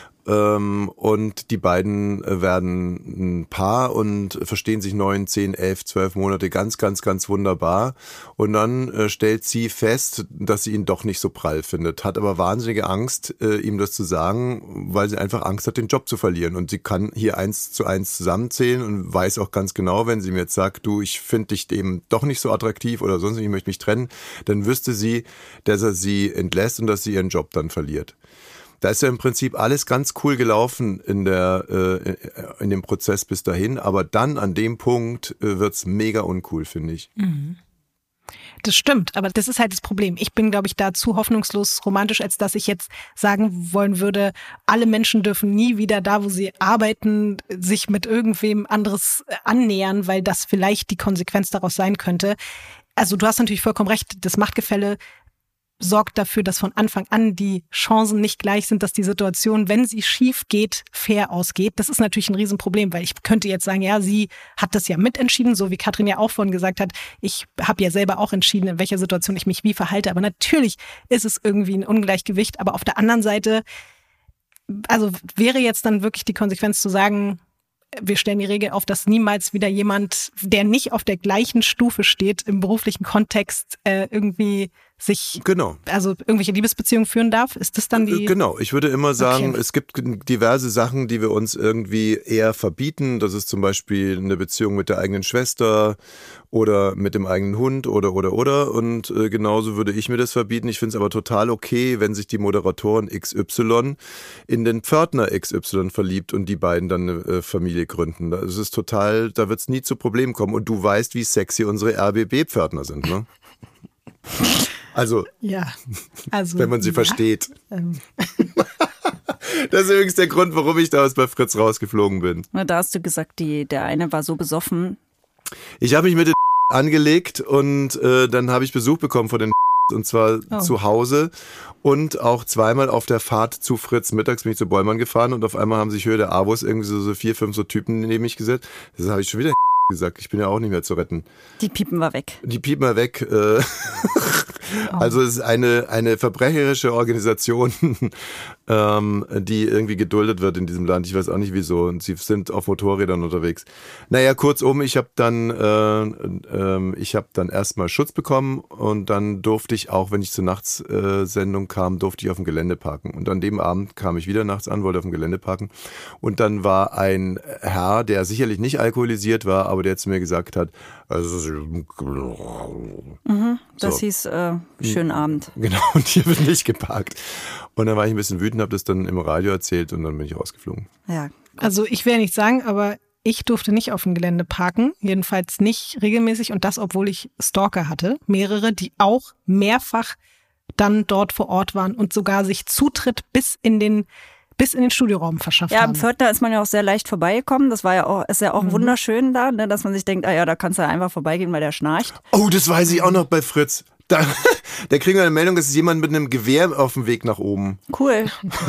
Und die beiden werden ein Paar und verstehen sich 9, 10, 11, 12 Monate ganz, ganz, ganz wunderbar. Und dann stellt sie fest, dass sie ihn doch nicht so prall findet, hat aber wahnsinnige Angst, ihm das zu sagen, weil sie einfach Angst hat, den Job zu verlieren. Und sie kann hier 1:1 zusammenzählen und weiß auch ganz genau, wenn sie mir jetzt sagt, du, ich finde dich eben doch nicht so attraktiv oder sonst nicht, ich möchte mich trennen, dann wüsste sie, dass er sie entlässt und dass sie ihren Job dann verliert. Da ist ja im Prinzip alles ganz cool gelaufen in dem Prozess bis dahin, aber dann an dem Punkt wird's mega uncool, finde ich. Mhm. Das stimmt, aber das ist halt das Problem. Ich bin, glaube ich, da zu hoffnungslos romantisch, als dass ich jetzt sagen wollen würde, alle Menschen dürfen nie wieder da, wo sie arbeiten, sich mit irgendwem anderes annähern, weil das vielleicht die Konsequenz daraus sein könnte. Also du hast natürlich vollkommen recht, das Machtgefälle sorgt dafür, dass von Anfang an die Chancen nicht gleich sind, dass die Situation, wenn sie schief geht, fair ausgeht. Das ist natürlich ein Riesenproblem, weil ich könnte jetzt sagen, ja, sie hat das ja mitentschieden, so wie Katrin ja auch vorhin gesagt hat, ich habe ja selber auch entschieden, in welcher Situation ich mich wie verhalte. Aber natürlich ist es irgendwie ein Ungleichgewicht. Aber auf der anderen Seite, also wäre jetzt dann wirklich die Konsequenz zu sagen, wir stellen die Regel auf, dass niemals wieder jemand, der nicht auf der gleichen Stufe steht, im beruflichen Kontext irgendwie sich, Genau. also irgendwelche Liebesbeziehungen führen darf? Ist das dann die? Genau, ich würde immer sagen, Okay. Es gibt diverse Sachen, die wir uns irgendwie eher verbieten. Das ist zum Beispiel eine Beziehung mit der eigenen Schwester oder mit dem eigenen Hund oder. Und genauso würde ich mir das verbieten. Ich finde es aber total okay, wenn sich die Moderatorin XY in den Pförtner XY verliebt und die beiden dann eine Familie gründen. Das ist total, da wird es nie zu Problemen kommen. Und du weißt, wie sexy unsere RBB-Pförtner sind, ne? Also, Ja, also wenn man sie ja. versteht. Ähm, Das ist übrigens der Grund, warum ich damals bei Fritz rausgeflogen bin. Na, da hast du gesagt, der eine war so besoffen. Ich habe mich mit den angelegt und dann habe ich Besuch bekommen von den und zwar zu Hause und auch zweimal auf der Fahrt zu Fritz. Mittags bin ich zu Bollmann gefahren und auf einmal haben sich Höhe der Abos irgendwie so 4, 5 so Typen neben mich gesetzt. Das habe ich schon wieder gesagt. Ich bin ja auch nicht mehr zu retten. Die piepen war weg. Die piepen mal weg. Also es ist eine verbrecherische Organisation, die irgendwie geduldet wird in diesem Land. Ich weiß auch nicht wieso. Und sie sind auf Motorrädern unterwegs. Naja, kurzum, ich habe dann erstmal Schutz bekommen und dann durfte ich auch, wenn ich zur Nachtssendung kam, durfte ich auf dem Gelände parken. Und an dem Abend kam ich wieder nachts an, wollte auf dem Gelände parken. Und dann war ein Herr, der sicherlich nicht alkoholisiert war, aber der zu mir gesagt hat, also Das So. hieß schönen Abend. genau, und hier wird nicht geparkt. Und dann war ich ein bisschen wütend, habe das dann im Radio erzählt und dann bin ich rausgeflogen. Ja. Also ich will ja nicht sagen, aber ich durfte nicht auf dem Gelände parken, jedenfalls nicht regelmäßig und das, obwohl ich Stalker hatte, mehrere, die auch mehrfach dann dort vor Ort waren und sogar sich Zutritt bis in den Studioraum verschafft Ja, haben. im Pförtner ist man ja auch sehr leicht vorbeigekommen. Das war ja auch, ist ja auch wunderschön da, ne, dass man sich denkt, da kannst du einfach vorbeigehen, weil der schnarcht. Oh, das weiß ich auch noch bei Fritz. Da kriegen wir eine Meldung, es ist jemand mit einem Gewehr auf dem Weg nach oben. Cool.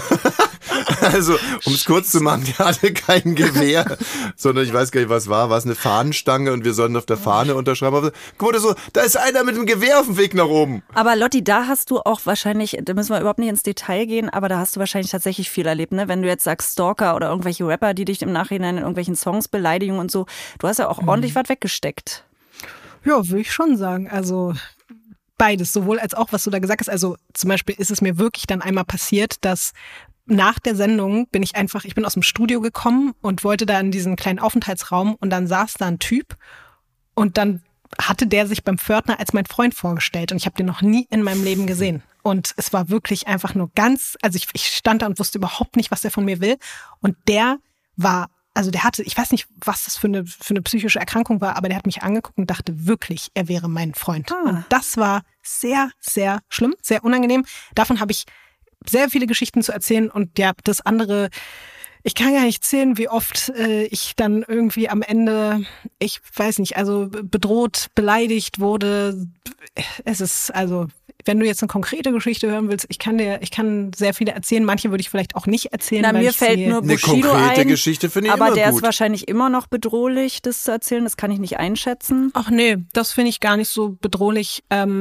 Also, um es kurz zu machen, der hatte kein Gewehr, sondern ich weiß gar nicht, was war. War es eine Fahnenstange und wir sollten auf der Fahne unterschreiben. Aber wurde so, da ist einer mit einem Gewehr auf dem Weg nach oben. Aber Lotti, da hast du auch wahrscheinlich, da müssen wir überhaupt nicht ins Detail gehen, aber da hast du wahrscheinlich tatsächlich viel erlebt, ne? Wenn du jetzt sagst Stalker oder irgendwelche Rapper, die dich im Nachhinein in irgendwelchen Songs beleidigen und so. Du hast ja auch ordentlich was weggesteckt. Ja, würde ich schon sagen. Also beides, sowohl als auch, was du da gesagt hast. Also zum Beispiel ist es mir wirklich dann einmal passiert, dass nach der Sendung bin ich aus dem Studio gekommen und wollte da in diesen kleinen Aufenthaltsraum und dann saß da ein Typ und dann hatte der sich beim Pförtner als mein Freund vorgestellt und ich habe den noch nie in meinem Leben gesehen. Und es war wirklich einfach nur ich stand da und wusste überhaupt nicht, was der von mir will. Und der war, also der hatte, ich weiß nicht, was das für eine psychische Erkrankung war, aber der hat mich angeguckt und dachte wirklich, er wäre mein Freund. Und das war sehr, sehr schlimm, sehr unangenehm. Davon habe ich sehr viele Geschichten zu erzählen und ja, das andere, ich kann gar nicht zählen, wie oft ich dann irgendwie am Ende, ich weiß nicht, also bedroht, beleidigt wurde. Es ist, also, wenn du jetzt eine konkrete Geschichte hören willst, ich kann sehr viele erzählen, manche würde ich vielleicht auch nicht erzählen. Na, weil mir ich fällt sie- nur Eine Bushido konkrete ein, Geschichte finde ich aber immer der gut. ist wahrscheinlich immer noch bedrohlich, das zu erzählen, das kann ich nicht einschätzen. Ach nee, das finde ich gar nicht so bedrohlich.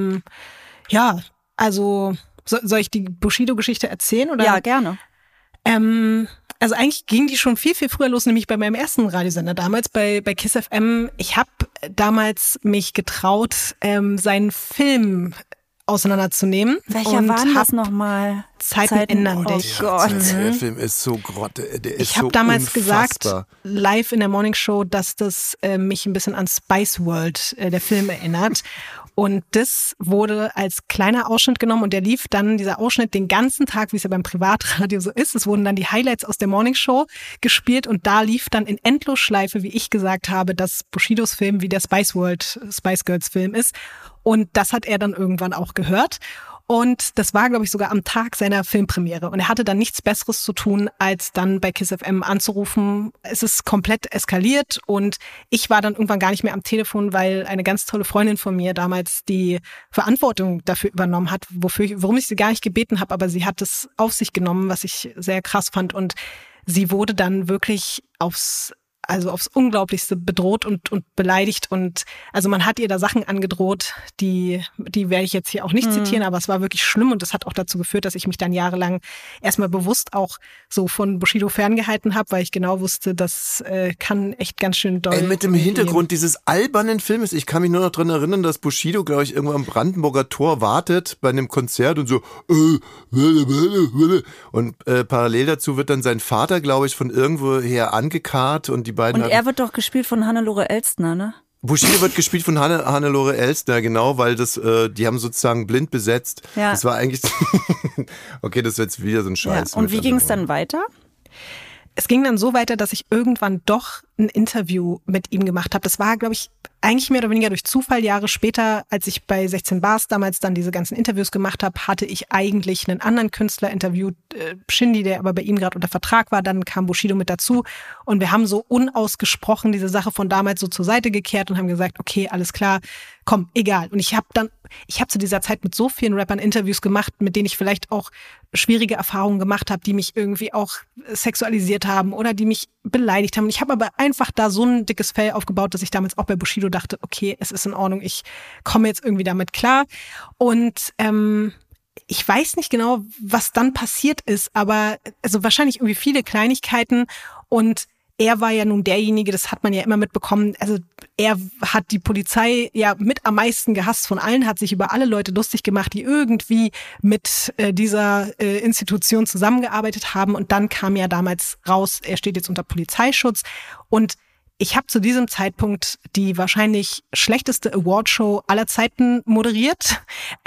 Ja, also soll ich die Bushido-Geschichte erzählen? Oder? Ja, gerne. Also eigentlich ging die schon viel, viel früher los, nämlich bei meinem ersten Radiosender damals, bei KISS FM. Ich habe damals mich getraut, seinen Film auseinanderzunehmen. Welcher und war denn das hab nochmal? Zeiten ändern dich. Oh Gott. Der Film ist so grotte, der ist Ich habe so damals unfassbar. gesagt, live in der Morning Show, dass das mich ein bisschen an Spice World, der Film, erinnert. Und das wurde als kleiner Ausschnitt genommen und der lief dann, dieser Ausschnitt, den ganzen Tag, wie es ja beim Privatradio so ist. Es wurden dann die Highlights aus der Morning Show gespielt und da lief dann in Endlosschleife, wie ich gesagt habe, dass Bushidos Film wie der Spice Girls Film ist. Und das hat er dann irgendwann auch gehört. Und das war, glaube ich, sogar am Tag seiner Filmpremiere. Und er hatte dann nichts Besseres zu tun, als dann bei KISS FM anzurufen. Es ist komplett eskaliert und ich war dann irgendwann gar nicht mehr am Telefon, weil eine ganz tolle Freundin von mir damals die Verantwortung dafür übernommen hat, worum ich sie gar nicht gebeten habe, aber sie hat es auf sich genommen, was ich sehr krass fand. Und sie wurde dann wirklich aufs aufs Unglaublichste bedroht und beleidigt. Und also man hat ihr da Sachen angedroht, die werde ich jetzt hier auch nicht zitieren, aber es war wirklich schlimm und das hat auch dazu geführt, dass ich mich dann jahrelang erstmal bewusst auch so von Bushido ferngehalten habe, weil ich genau wusste, das kann echt ganz schön doll. Mit dem Hintergrund dieses albernen Filmes, ich kann mich nur noch dran erinnern, dass Bushido, glaube ich, irgendwo am Brandenburger Tor wartet bei einem Konzert und so und parallel dazu wird dann sein Vater, glaube ich, von irgendwoher angekarrt und die beiden. Und er wird doch gespielt von Hannelore Elstner, ne? Bushido wird gespielt von Hannelore Elstner, genau, weil die haben sozusagen blind besetzt. Ja. Das war eigentlich, okay, das ist jetzt wieder so ein Scheiß. Ja. Und wie ging es dann weiter? Es ging dann so weiter, dass ich irgendwann doch ein Interview mit ihm gemacht habe. Das war, glaube ich, eigentlich mehr oder weniger durch Zufall. Jahre später, als ich bei 16 Bars damals dann diese ganzen Interviews gemacht habe, hatte ich eigentlich einen anderen Künstler interviewt, Shindy, der aber bei ihm gerade unter Vertrag war. Dann kam Bushido mit dazu und wir haben so unausgesprochen diese Sache von damals so zur Seite gekehrt und haben gesagt, okay, alles klar, komm, egal. Und ich habe zu dieser Zeit mit so vielen Rappern Interviews gemacht, mit denen ich vielleicht auch schwierige Erfahrungen gemacht habe, die mich irgendwie auch sexualisiert haben oder die mich beleidigt haben. Und ich habe aber einfach da so ein dickes Fell aufgebaut, dass ich damals auch bei Bushido dachte, okay, es ist in Ordnung, ich komme jetzt irgendwie damit klar. Und ich weiß nicht genau, was dann passiert ist, aber also wahrscheinlich irgendwie viele Kleinigkeiten und er war ja nun derjenige, das hat man ja immer mitbekommen, also er hat die Polizei ja mit am meisten gehasst von allen, hat sich über alle Leute lustig gemacht, die irgendwie mit dieser Institution zusammengearbeitet haben und dann kam ja damals raus, er steht jetzt unter Polizeischutz und ich habe zu diesem Zeitpunkt die wahrscheinlich schlechteste Awardshow aller Zeiten moderiert.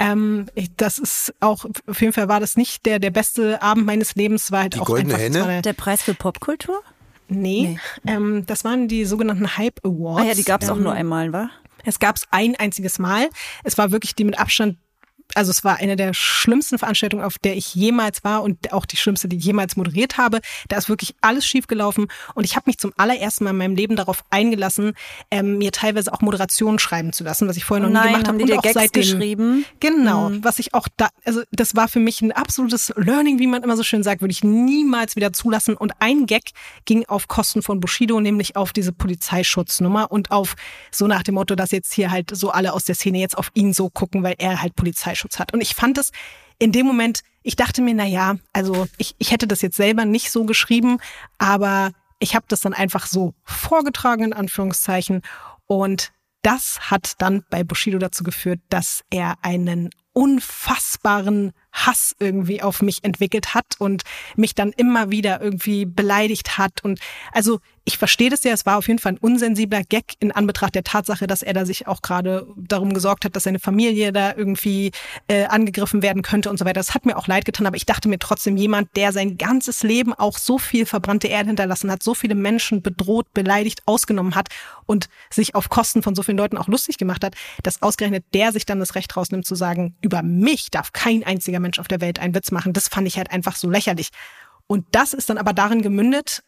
Das ist auch, auf jeden Fall war das nicht der beste Abend meines Lebens, war halt die auch Goldene einfach Henne? Der Preis für Popkultur? Nee. Das waren die sogenannten Hype Awards. Ah ja, die gab es auch nur einmal, wa? Es gab es ein einziges Mal. Es war wirklich die mit Abstand, also es war eine der schlimmsten Veranstaltungen, auf der ich jemals war und auch die schlimmste, die ich jemals moderiert habe. Da ist wirklich alles schief gelaufen und ich habe mich zum allerersten Mal in meinem Leben darauf eingelassen, mir teilweise auch Moderationen schreiben zu lassen, was ich vorher noch nie gemacht habe. Und auch Gags seitdem geschrieben? Genau, was ich auch da, also das war für mich ein absolutes Learning, wie man immer so schön sagt, würde ich niemals wieder zulassen. Und ein Gag ging auf Kosten von Bushido, nämlich auf diese Polizeischutznummer und auf so nach dem Motto, dass jetzt hier halt so alle aus der Szene jetzt auf ihn so gucken, weil er halt Polizeischutz hat. Und ich fand es in dem Moment, ich dachte mir, naja, also ich hätte das jetzt selber nicht so geschrieben, aber ich habe das dann einfach so vorgetragen, in Anführungszeichen. Und das hat dann bei Bushido dazu geführt, dass er einen unfassbaren Hass irgendwie auf mich entwickelt hat und mich dann immer wieder irgendwie beleidigt hat. Und also ich verstehe das ja, es war auf jeden Fall ein unsensibler Gag in Anbetracht der Tatsache, dass er da sich auch gerade darum gesorgt hat, dass seine Familie da irgendwie angegriffen werden könnte und so weiter. Das hat mir auch leid getan, aber ich dachte mir trotzdem, jemand, der sein ganzes Leben auch so viel verbrannte Erde hinterlassen hat, so viele Menschen bedroht, beleidigt, ausgenommen hat und sich auf Kosten von so vielen Leuten auch lustig gemacht hat, dass ausgerechnet der sich dann das Recht rausnimmt zu sagen, über mich darf kein einziger Mensch auf der Welt einen Witz machen. Das fand ich halt einfach so lächerlich. Und das ist dann aber darin gemündet,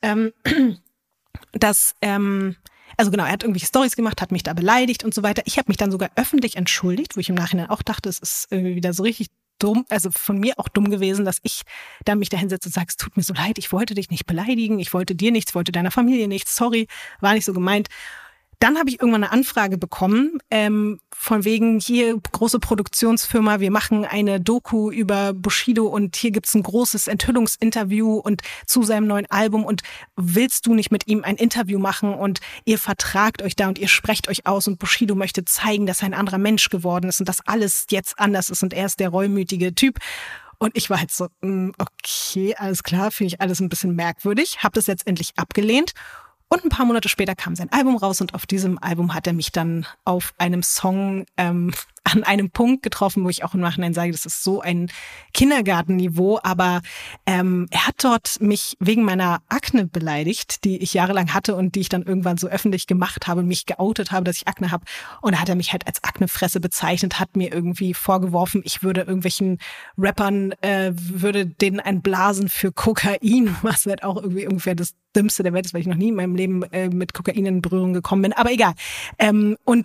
dass, also genau, er hat irgendwelche Storys gemacht, hat mich da beleidigt und so weiter. Ich habe mich dann sogar öffentlich entschuldigt, wo ich im Nachhinein auch dachte, es ist irgendwie wieder so richtig dumm, also von mir auch dumm gewesen, dass ich dann mich da hinsetze und sage, es tut mir so leid, ich wollte dich nicht beleidigen, ich wollte dir nichts, wollte deiner Familie nichts, sorry, war nicht so gemeint. Dann habe ich irgendwann eine Anfrage bekommen, von wegen, hier große Produktionsfirma, wir machen eine Doku über Bushido und hier gibt's ein großes Enthüllungsinterview und zu seinem neuen Album und willst du nicht mit ihm ein Interview machen und ihr vertragt euch da und ihr sprecht euch aus und Bushido möchte zeigen, dass er ein anderer Mensch geworden ist und dass alles jetzt anders ist und er ist der reumütige Typ. Und ich war halt so, okay, alles klar, finde ich alles ein bisschen merkwürdig, habe das jetzt endlich abgelehnt. Und ein paar Monate später kam sein Album raus und auf diesem Album hat er mich dann auf einem Song an einem Punkt getroffen, wo ich auch im Nachhinein sage, das ist so ein Kindergartenniveau, aber er hat dort mich wegen meiner Akne beleidigt, die ich jahrelang hatte und die ich dann irgendwann so öffentlich gemacht habe, mich geoutet habe, dass ich Akne habe. Und da hat er mich halt als Aknefresse bezeichnet, hat mir irgendwie vorgeworfen, ich würde irgendwelchen Rappern, würde denen ein Blasen für Kokain, was halt auch irgendwie ungefähr das Dümmste der Welt ist, weil ich noch nie in meinem Leben mit Kokain in Berührung gekommen bin. Aber egal. Und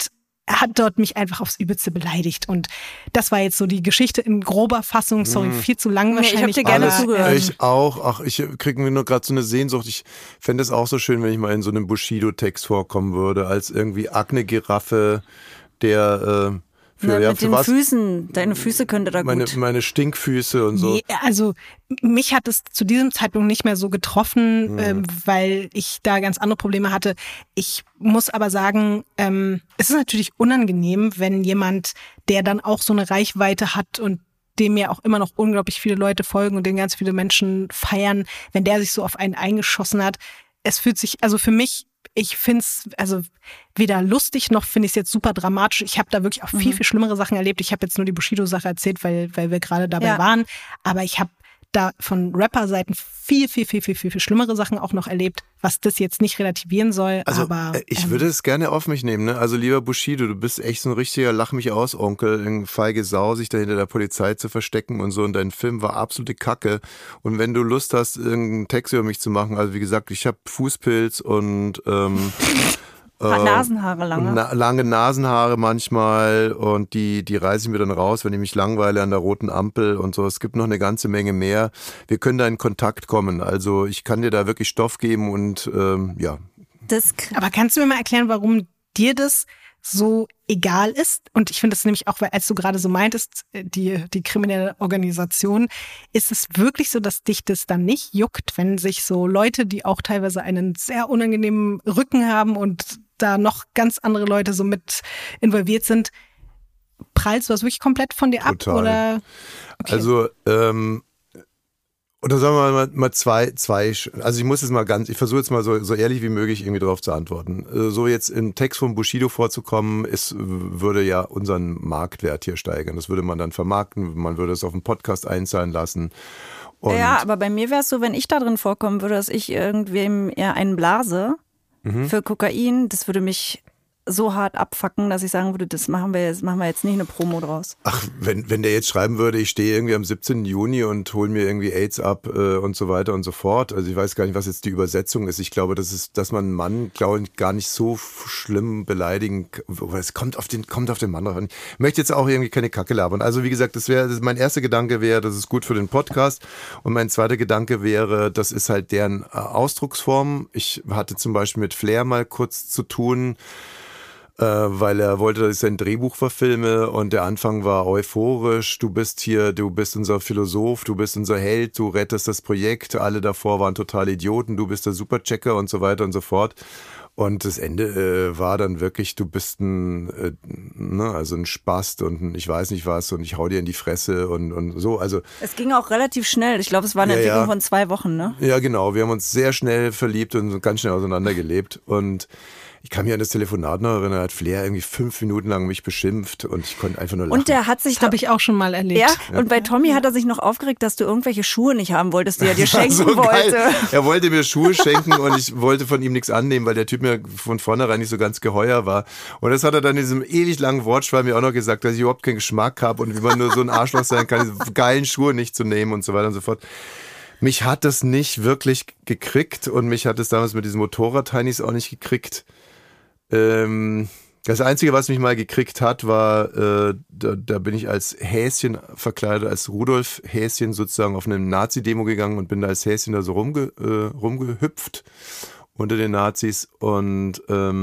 hat dort mich einfach aufs Übelste beleidigt. Und das war jetzt so die Geschichte in grober Fassung. Sorry, viel zu lang wahrscheinlich. Ich habe dir gerne zugehört. Ich auch. Ach, ich kriege mir nur gerade so eine Sehnsucht. Ich fände es auch so schön, wenn ich mal in so einem Bushido-Text vorkommen würde, als irgendwie Akne-Giraffe, der mit den Füßen, deine Füße könnte da gut. Meine Stinkfüße und so. Nee, also mich hat es zu diesem Zeitpunkt nicht mehr so getroffen, weil ich da ganz andere Probleme hatte. Ich muss aber sagen, es ist natürlich unangenehm, wenn jemand, der dann auch so eine Reichweite hat und dem ja auch immer noch unglaublich viele Leute folgen und den ganz viele Menschen feiern, wenn der sich so auf einen eingeschossen hat. Es fühlt sich, also für mich, ich finde es also weder lustig noch finde ich es jetzt super dramatisch. Ich habe da wirklich auch viel, viel schlimmere Sachen erlebt. Ich habe jetzt nur die Bushido-Sache erzählt, weil wir gerade dabei waren. Aber ich habe da von Rapper-Seiten viel, viel, viel, viel, viel, viel schlimmere Sachen auch noch erlebt, was das jetzt nicht relativieren soll. Also aber ich würde es gerne auf mich nehmen, ne? Also lieber Bushido, du bist echt so ein richtiger Lach-mich-aus-Onkel, eine feige Sau, sich da hinter der Polizei zu verstecken und so. Und dein Film war absolute Kacke. Und wenn du Lust hast, irgendeinen Text über mich zu machen, also wie gesagt, ich habe Fußpilz und Nasenhaare lange Nasenhaare manchmal und die reiße ich mir dann raus, wenn ich mich langweile an der roten Ampel und so. Es gibt noch eine ganze Menge mehr. Wir können da in Kontakt kommen. Also ich kann dir da wirklich Stoff geben und ja. Aber kannst du mir mal erklären, warum dir das so egal ist? Und ich finde das nämlich auch, weil als du gerade so meintest, die kriminelle Organisation, ist es wirklich so, dass dich das dann nicht juckt, wenn sich so Leute, die auch teilweise einen sehr unangenehmen Rücken haben und da noch ganz andere Leute so mit involviert sind, prallst du das wirklich komplett von dir ab? Oder? Okay. Also, oder sagen wir mal zwei, also ich muss jetzt mal ich versuche jetzt mal so ehrlich wie möglich irgendwie drauf zu antworten. So jetzt im Text von Bushido vorzukommen, würde ja unseren Marktwert hier steigern. Das würde man dann vermarkten, man würde es auf den Podcast einzahlen lassen. Und ja, aber bei mir wäre es so, wenn ich da drin vorkommen würde, dass ich irgendwem eher einen blase für Kokain, das würde mich so hart abfacken, dass ich sagen würde, das machen wir jetzt nicht eine Promo draus. Ach, wenn der jetzt schreiben würde, ich stehe irgendwie am 17. Juni und hole mir irgendwie AIDS ab und so weiter und so fort. Also ich weiß gar nicht, was jetzt die Übersetzung ist. Ich glaube, dass man einen Mann, glaube ich, gar nicht so schlimm beleidigen kann. Es kommt auf den Mann drauf an. Ich möchte jetzt auch irgendwie keine Kacke labern. Also wie gesagt, mein erster Gedanke wäre, das ist gut für den Podcast. Und mein zweiter Gedanke wäre, das ist halt deren Ausdrucksform. Ich hatte zum Beispiel mit Flair mal kurz zu tun, weil er wollte, dass ich sein Drehbuch verfilme und der Anfang war euphorisch. Du bist unser Philosoph, du bist unser Held, du rettest das Projekt, alle davor waren total Idioten, du bist der Superchecker und so weiter und so fort. Und das Ende war dann wirklich, du bist ein Spast und ich weiß nicht was und ich hau dir in die Fresse und so. Also es ging auch relativ schnell. Ich glaube, es war eine Entwicklung von 2 Wochen, ne? Ja, genau. Wir haben uns sehr schnell verliebt und ganz schnell auseinandergelebt und ich kann mich an das Telefonat noch erinnern, hat Flair irgendwie 5 Minuten lang mich beschimpft und ich konnte einfach nur lachen. Und der hat sich, habe ich auch schon mal erlebt. Ja, und bei Tommy hat er sich noch aufgeregt, dass du irgendwelche Schuhe nicht haben wolltest, die er dir schenken so wollte. Geil. Er wollte mir Schuhe schenken und ich wollte von ihm nichts annehmen, weil der Typ mir von vornherein nicht so ganz geheuer war. Und das hat er dann in diesem ewig langen Wortschwall mir auch noch gesagt, dass ich überhaupt keinen Geschmack habe und wie man nur so ein Arschloch sein kann, diese geilen Schuhe nicht zu nehmen und so weiter und so fort. Mich hat das nicht wirklich gekriegt und mich hat es damals mit diesen Motorrad-Heinis auch nicht gekriegt. Das Einzige, was mich mal gekriegt hat, war, da bin ich als Häschen verkleidet, als Rudolf Häschen sozusagen auf eine Nazi-Demo gegangen und bin da als Häschen da so rumgehüpft unter den Nazis und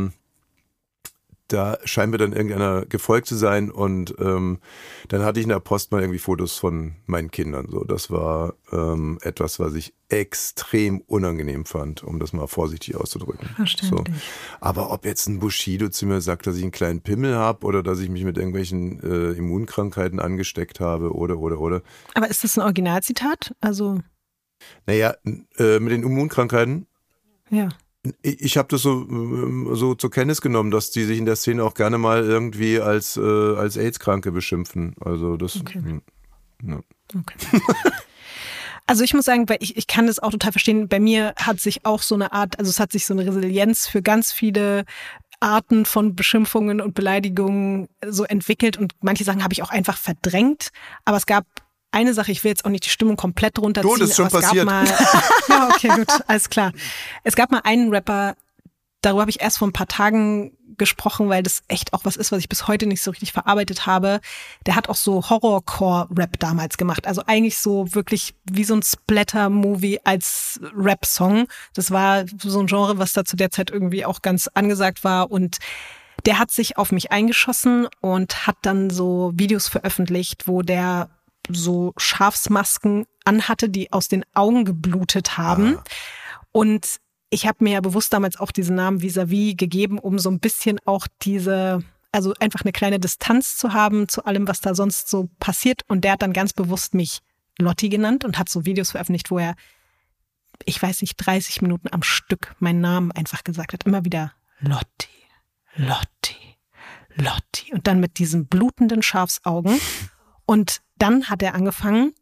da scheint mir dann irgendeiner gefolgt zu sein und dann hatte ich in der Post mal irgendwie Fotos von meinen Kindern. So, das war etwas, was ich extrem unangenehm fand, um das mal vorsichtig auszudrücken. Verständlich. So. Aber ob jetzt ein Bushido zu mir sagt, dass ich einen kleinen Pimmel habe oder dass ich mich mit irgendwelchen Immunkrankheiten angesteckt habe oder. Aber ist das ein Originalzitat? Also naja, mit den Immunkrankheiten? Ja. Ich habe das so zur Kenntnis genommen, dass die sich in der Szene auch gerne mal irgendwie als AIDS-Kranke beschimpfen. Also das. Okay. Ja. Okay. Also ich muss sagen, weil ich kann das auch total verstehen. Bei mir hat sich auch so eine Art, also es hat sich so eine Resilienz für ganz viele Arten von Beschimpfungen und Beleidigungen so entwickelt und manche Sachen habe ich auch einfach verdrängt. Aber es gab eine Sache, ich will jetzt auch nicht die Stimmung komplett runterziehen. Das ist schon passiert. Ja, okay, gut, alles klar. Es gab mal einen Rapper, darüber habe ich erst vor ein paar Tagen gesprochen, weil das echt auch was ist, was ich bis heute nicht so richtig verarbeitet habe. Der hat auch so Horrorcore-Rap damals gemacht. Also eigentlich so wirklich wie so ein Splatter-Movie als Rap-Song. Das war so ein Genre, was da zu der Zeit irgendwie auch ganz angesagt war. Und der hat sich auf mich eingeschossen und hat dann so Videos veröffentlicht, wo der so Schafsmasken anhatte, die aus den Augen geblutet haben. Und ich habe mir ja bewusst damals auch diesen Namen Vis-a-vis gegeben, um so ein bisschen auch also einfach eine kleine Distanz zu haben zu allem, was da sonst so passiert. Und der hat dann ganz bewusst mich Lotti genannt und hat so Videos veröffentlicht, wo er, ich weiß nicht, 30 Minuten am Stück meinen Namen einfach gesagt hat. Immer wieder Lotti, Lotti, Lotti. Und dann mit diesen blutenden Schafsaugen. Und dann hat er angefangen,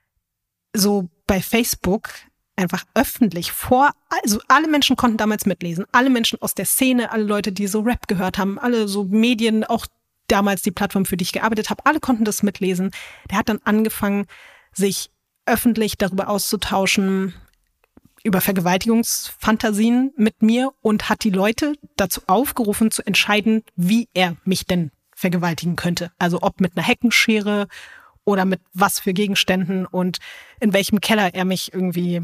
so bei Facebook einfach öffentlich also alle Menschen konnten damals mitlesen, alle Menschen aus der Szene, alle Leute, die so Rap gehört haben, alle so Medien, auch damals die Plattform, für die ich gearbeitet habe, alle konnten das mitlesen. Der hat dann angefangen, sich öffentlich darüber auszutauschen, über Vergewaltigungsfantasien mit mir und hat die Leute dazu aufgerufen, zu entscheiden, wie er mich denn vergewaltigen könnte. Also ob mit einer Heckenschere oder mit was für Gegenständen und in welchem Keller er mich irgendwie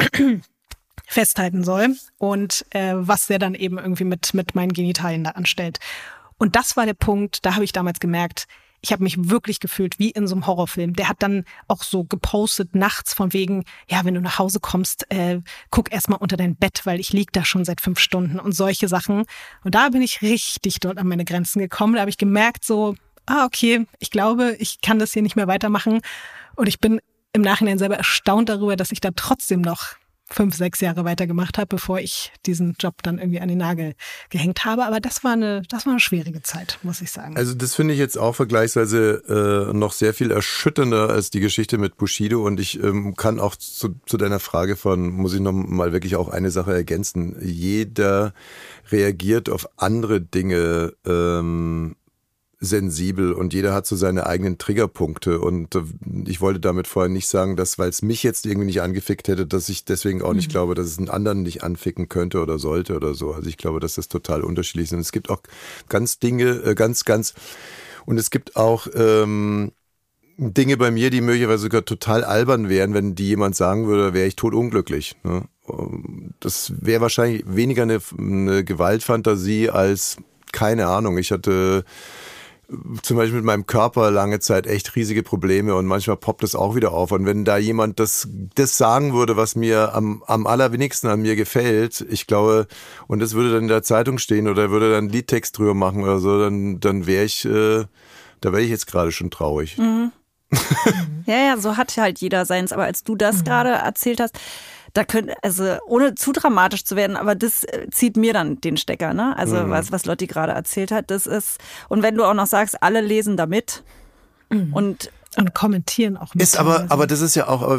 festhalten soll und was der dann eben irgendwie mit meinen Genitalien da anstellt. Und das war der Punkt, da habe ich damals gemerkt, ich habe mich wirklich gefühlt wie in so einem Horrorfilm. Der hat dann auch so gepostet nachts von wegen, ja, wenn du nach Hause kommst, guck erstmal unter dein Bett, weil ich lieg da schon seit 5 Stunden und solche Sachen. Und da bin ich richtig dort an meine Grenzen gekommen. Da habe ich gemerkt so, okay, ich glaube, ich kann das hier nicht mehr weitermachen. Und ich bin im Nachhinein selber erstaunt darüber, dass ich da trotzdem noch 5, 6 Jahre weitergemacht habe, bevor ich diesen Job dann irgendwie an den Nagel gehängt habe. Aber das war eine schwierige Zeit, muss ich sagen. Also das finde ich jetzt auch vergleichsweise noch sehr viel erschütternder als die Geschichte mit Bushido. Und ich kann auch zu deiner Frage muss ich noch mal wirklich auch eine Sache ergänzen. Jeder reagiert auf andere Dinge sensibel und jeder hat so seine eigenen Triggerpunkte und ich wollte damit vorher nicht sagen, dass, weil es mich jetzt irgendwie nicht angefickt hätte, dass ich deswegen auch nicht glaube, dass es einen anderen nicht anficken könnte oder sollte oder so. Also ich glaube, dass das total unterschiedlich ist und es gibt auch und es gibt auch Dinge bei mir, die möglicherweise sogar total albern wären, wenn die jemand sagen würde, wäre ich totunglücklich. Ne? Das wäre wahrscheinlich weniger eine Gewaltfantasie als, keine Ahnung, ich hatte zum Beispiel mit meinem Körper lange Zeit echt riesige Probleme und manchmal poppt es auch wieder auf. Und wenn da jemand das sagen würde, was mir am allerwenigsten an mir gefällt, ich glaube, und das würde dann in der Zeitung stehen oder würde dann einen Liedtext drüber machen oder so, dann wäre ich, da wäre ich jetzt gerade schon traurig. Mhm. Ja, so hat halt jeder seins. Aber als du das gerade erzählt hast, da also ohne zu dramatisch zu werden, aber das zieht mir dann den Stecker, ne? Also was Lotti gerade erzählt hat, das ist, und wenn du auch noch sagst, alle lesen da mit und kommentieren auch mit. Ist aber das ist ja auch,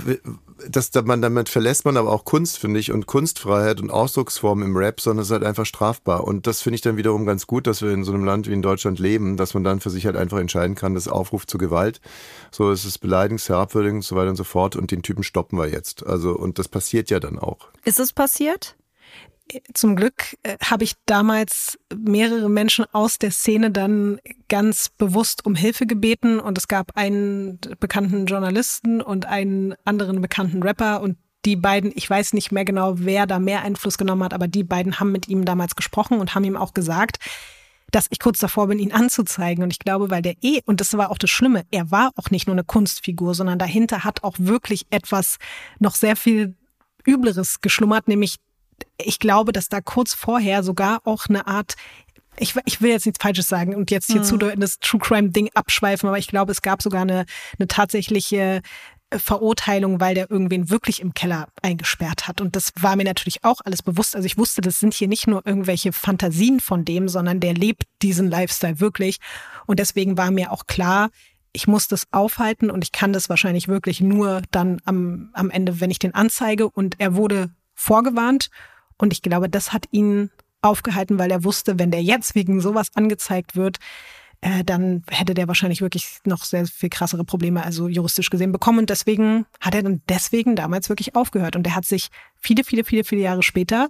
damit verlässt man aber auch Kunst, finde ich, und Kunstfreiheit und Ausdrucksform im Rap, sondern es ist halt einfach strafbar. Und das finde ich dann wiederum ganz gut, dass wir in so einem Land wie in Deutschland leben, dass man dann für sich halt einfach entscheiden kann, das Aufruf zur Gewalt, so ist es Beleidigungs-, Herabwürdigung und so weiter und so fort und den Typen stoppen wir jetzt. Also, und das passiert ja dann auch. Ist es passiert? Zum Glück habe ich damals mehrere Menschen aus der Szene dann ganz bewusst um Hilfe gebeten und es gab einen bekannten Journalisten und einen anderen bekannten Rapper und die beiden, ich weiß nicht mehr genau, wer da mehr Einfluss genommen hat, aber die beiden haben mit ihm damals gesprochen und haben ihm auch gesagt, dass ich kurz davor bin, ihn anzuzeigen. Und ich glaube, weil der und das war auch das Schlimme, er war auch nicht nur eine Kunstfigur, sondern dahinter hat auch wirklich etwas noch sehr viel Übleres geschlummert, nämlich ich glaube, dass da kurz vorher sogar auch eine Art, ich will jetzt nichts Falsches sagen und jetzt hier zudeuten, das True Crime Ding abschweifen, aber ich glaube, es gab sogar eine tatsächliche Verurteilung, weil der irgendwen wirklich im Keller eingesperrt hat. Und das war mir natürlich auch alles bewusst. Also ich wusste, das sind hier nicht nur irgendwelche Fantasien von dem, sondern der lebt diesen Lifestyle wirklich. Und deswegen war mir auch klar, ich muss das aufhalten und ich kann das wahrscheinlich wirklich nur dann am Ende, wenn ich den anzeige. Und er wurde vorgewarnt. Und ich glaube, das hat ihn aufgehalten, weil er wusste, wenn der jetzt wegen sowas angezeigt wird, dann hätte der wahrscheinlich wirklich noch sehr viel krassere Probleme, also juristisch gesehen, bekommen. Und deswegen hat er dann damals wirklich aufgehört. Und er hat sich viele, viele, viele, viele Jahre später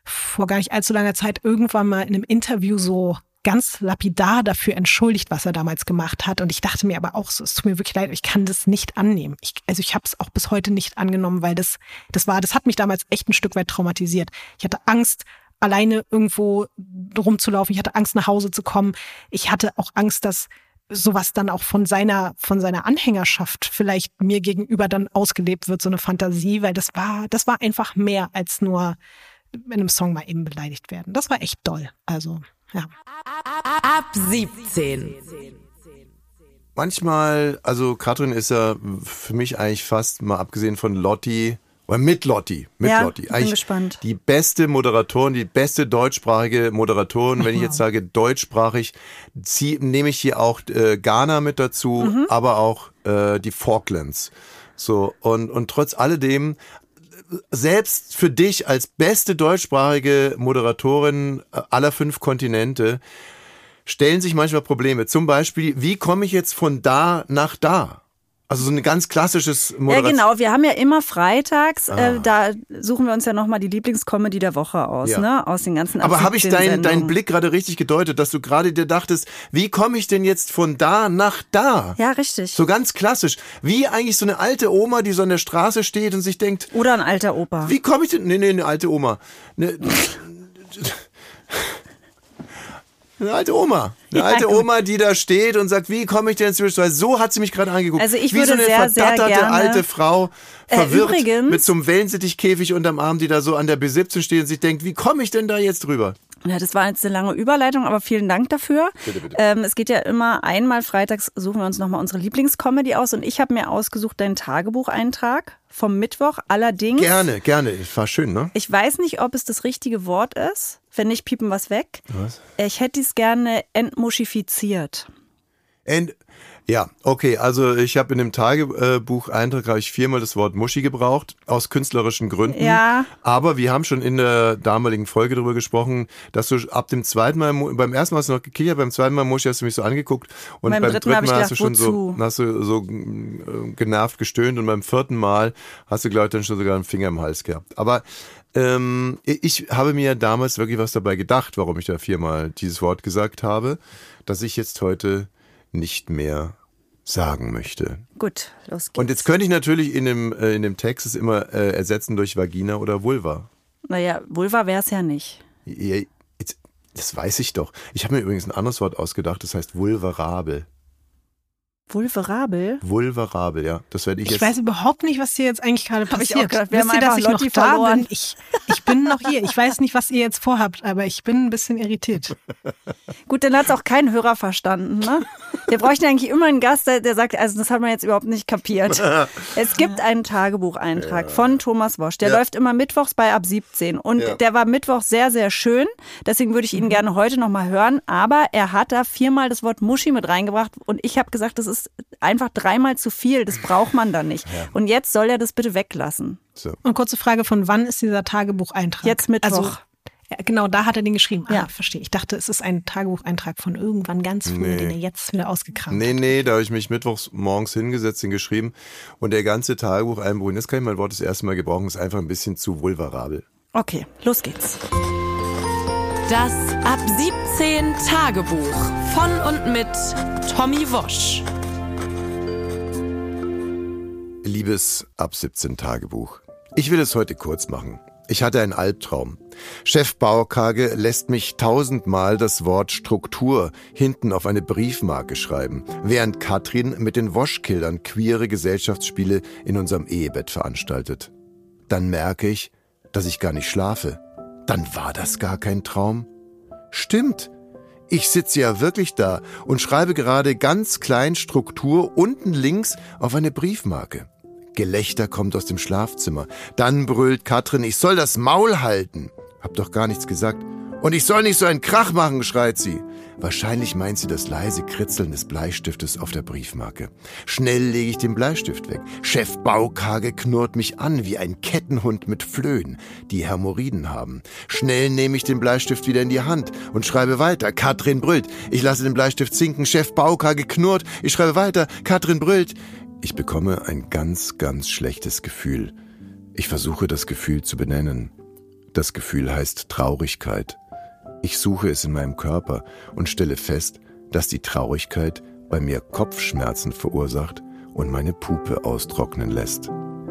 vor gar nicht allzu langer Zeit irgendwann mal in einem Interview so ganz lapidar dafür entschuldigt, was er damals gemacht hat. Und ich dachte mir aber auch so, es tut mir wirklich leid, ich kann das nicht annehmen. Ich habe es auch bis heute nicht angenommen, weil das hat mich damals echt ein Stück weit traumatisiert. Ich hatte Angst, alleine irgendwo rumzulaufen. Ich hatte Angst, nach Hause zu kommen. Ich hatte auch Angst, dass sowas dann auch von seiner Anhängerschaft vielleicht mir gegenüber dann ausgelebt wird, so eine Fantasie, weil das war einfach mehr als nur in einem Song mal eben beleidigt werden. Das war echt doll. Also, ja. Ab 17. Manchmal, also Katrin ist ja für mich eigentlich fast, mal abgesehen von Lotti, oder mit Lotti. Bin gespannt. Die beste Moderatorin, die beste deutschsprachige Moderatorin. Wenn ich jetzt sage deutschsprachig, nehme ich hier auch Ghana mit dazu, aber auch die Falklands. So, und trotz alledem, selbst für dich als beste deutschsprachige Moderatorin aller 5 Kontinente stellen sich manchmal Probleme. Zum Beispiel, wie komme ich jetzt von da nach da? Also so ein ganz klassisches Moderation. Ja, genau. Wir haben ja immer freitags, da suchen wir uns ja nochmal die Lieblingscomedy der Woche aus, ne? Aus den ganzen Aber habe ich deinen Blick gerade richtig gedeutet, dass du gerade dir dachtest, wie komme ich denn jetzt von da nach da? Ja, richtig. So ganz klassisch. Wie eigentlich so eine alte Oma, die so an der Straße steht und sich denkt... Oder ein alter Opa. Wie komme ich denn... Nee, eine alte Oma. Eine alte Oma. Eine alte Oma, die da steht und sagt, wie komme ich denn jetzt? Weil so hat sie mich gerade angeguckt. Also ich wie würde so eine sehr verdatterte gerne, alte Frau, verwirrt, übrigens, mit so einem Wellensittichkäfig unterm Arm, die da so an der B17 steht und sich denkt, wie komme ich denn da jetzt drüber? Ja, das war jetzt eine lange Überleitung, aber vielen Dank dafür. Bitte. Es geht ja immer einmal freitags, suchen wir uns nochmal unsere Lieblingscomedy aus und ich habe mir ausgesucht deinen Tagebucheintrag vom Mittwoch. Allerdings... Gerne. War schön, ne? Ich weiß nicht, ob es das richtige Wort ist. Wenn nicht, piepen was weg. Was? Ich hätte es gerne entmuschifiziert. Ja, okay, also ich habe in dem Tagebucheintrag 4-mal das Wort Muschi gebraucht, aus künstlerischen Gründen. Ja. Aber wir haben schon in der damaligen Folge darüber gesprochen, dass du ab dem zweiten Mal, beim ersten Mal hast du noch gekichert, beim zweiten Mal Muschi hast du mich so angeguckt und beim dritten Mal hast du schon so genervt gestöhnt und beim 4. Mal hast du, glaube ich, dann schon sogar einen Finger im Hals gehabt. Aber ich habe mir damals wirklich was dabei gedacht, warum ich da 4-mal dieses Wort gesagt habe, dass ich jetzt heute nicht mehr sagen möchte. Gut, los geht's. Und jetzt könnte ich natürlich in dem Text es immer ersetzen durch Vagina oder Vulva. Naja, Vulva wäre es ja nicht. Ja, das weiß ich doch. Ich habe mir übrigens ein anderes Wort ausgedacht, das heißt vulnerabel. Vulnerabel? Vulnerabel, ja. Das werde ich jetzt. Ich weiß überhaupt nicht, was hier jetzt eigentlich gerade passiert. Ich auch gedacht, wir haben dass ich Lotti noch da verloren. bin? Ich bin noch hier. Ich weiß nicht, was ihr jetzt vorhabt, aber ich bin ein bisschen irritiert. Gut, dann hat es auch kein Hörer verstanden, ne? Wir bräuchten eigentlich immer einen Gast, der sagt, also das hat man jetzt überhaupt nicht kapiert. Es gibt einen Tagebucheintrag von Thomas Wosch. Der läuft immer mittwochs bei ab 17. Und der war Mittwoch sehr, sehr schön. Deswegen würde ich ihn gerne heute nochmal hören. Aber er hat da 4-mal das Wort Muschi mit reingebracht. Und ich habe gesagt, das ist einfach 3-mal zu viel. Das braucht man dann nicht. Ja. Und jetzt soll er das bitte weglassen. So. Und kurze Frage, von wann ist dieser Tagebucheintrag? Jetzt Mittwoch. Also, ja, genau, da hat er den geschrieben. Ja. Verstehe. Ich dachte, es ist ein Tagebucheintrag von irgendwann ganz früh, den er jetzt wieder ausgekramt hat. Nee, da habe ich mich mittwochs morgens hingesetzt, den geschrieben. Und der ganze Tagebucheinbruch, das kann ich mein Wort das erste Mal gebrauchen, ist einfach ein bisschen zu vulnerabel. Okay, los geht's. Das Ab 17 Tagebuch von und mit Tommy Wosch. Liebes Ab 17 Tagebuch. Ich will es heute kurz machen. Ich hatte einen Albtraum. Chef Baukage lässt mich 1000-mal das Wort Struktur hinten auf eine Briefmarke schreiben, während Katrin mit den Woschkildern queere Gesellschaftsspiele in unserem Ehebett veranstaltet. Dann merke ich, dass ich gar nicht schlafe. Dann war das gar kein Traum. Stimmt. Ich sitze ja wirklich da und schreibe gerade ganz klein Struktur unten links auf eine Briefmarke. Gelächter kommt aus dem Schlafzimmer. Dann brüllt Katrin, ich soll das Maul halten. Hab doch gar nichts gesagt. Und ich soll nicht so einen Krach machen, schreit sie. Wahrscheinlich meint sie das leise Kritzeln des Bleistiftes auf der Briefmarke. Schnell lege ich den Bleistift weg. Chef Baukage knurrt mich an wie ein Kettenhund mit Flöhen, die Hämorrhoiden haben. Schnell nehme ich den Bleistift wieder in die Hand und schreibe weiter. Katrin brüllt. Ich lasse den Bleistift sinken. Chef Baukage knurrt. Ich schreibe weiter. Katrin brüllt. Ich bekomme ein ganz, ganz schlechtes Gefühl. Ich versuche, das Gefühl zu benennen. Das Gefühl heißt Traurigkeit. Ich suche es in meinem Körper und stelle fest, dass die Traurigkeit bei mir Kopfschmerzen verursacht und meine Pupe austrocknen lässt.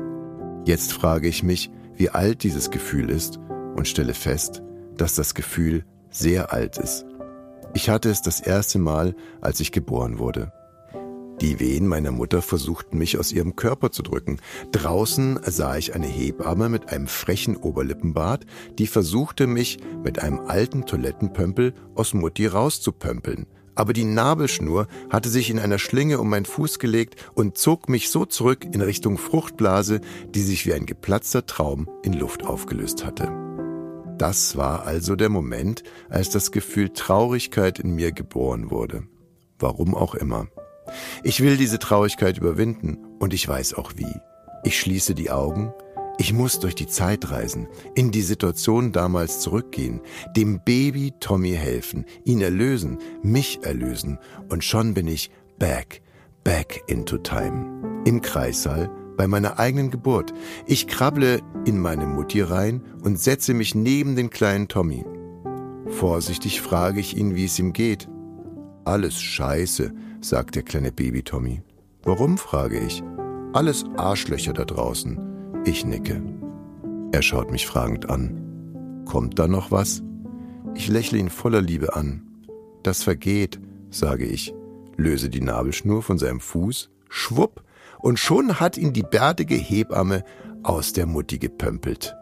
Jetzt frage ich mich, wie alt dieses Gefühl ist und stelle fest, dass das Gefühl sehr alt ist. Ich hatte es das erste Mal, als ich geboren wurde. Die Wehen meiner Mutter versuchten mich aus ihrem Körper zu drücken. Draußen sah ich eine Hebamme mit einem frechen Oberlippenbart, die versuchte mich mit einem alten Toilettenpömpel aus Mutti rauszupömpeln. Aber die Nabelschnur hatte sich in einer Schlinge um meinen Fuß gelegt und zog mich so zurück in Richtung Fruchtblase, die sich wie ein geplatzter Traum in Luft aufgelöst hatte. Das war also der Moment, als das Gefühl Traurigkeit in mir geboren wurde. Warum auch immer. Ich will diese Traurigkeit überwinden und ich weiß auch wie. Ich schließe die Augen. Ich muss durch die Zeit reisen, in die Situation damals zurückgehen, dem Baby Tommy helfen, ihn erlösen, mich erlösen und schon bin ich back into time. Im Kreissaal, bei meiner eigenen Geburt. Ich krabble in meine Mutti rein und setze mich neben den kleinen Tommy. Vorsichtig frage ich ihn, wie es ihm geht. Alles scheiße, sagt der kleine Baby Tommy. Warum, frage ich. Alles Arschlöcher da draußen. Ich nicke. Er schaut mich fragend an. Kommt da noch was? Ich lächle ihn voller Liebe an. Das vergeht, sage ich, löse die Nabelschnur von seinem Fuß, schwupp, und schon hat ihn die bärtige Hebamme aus der Mutti gepömpelt.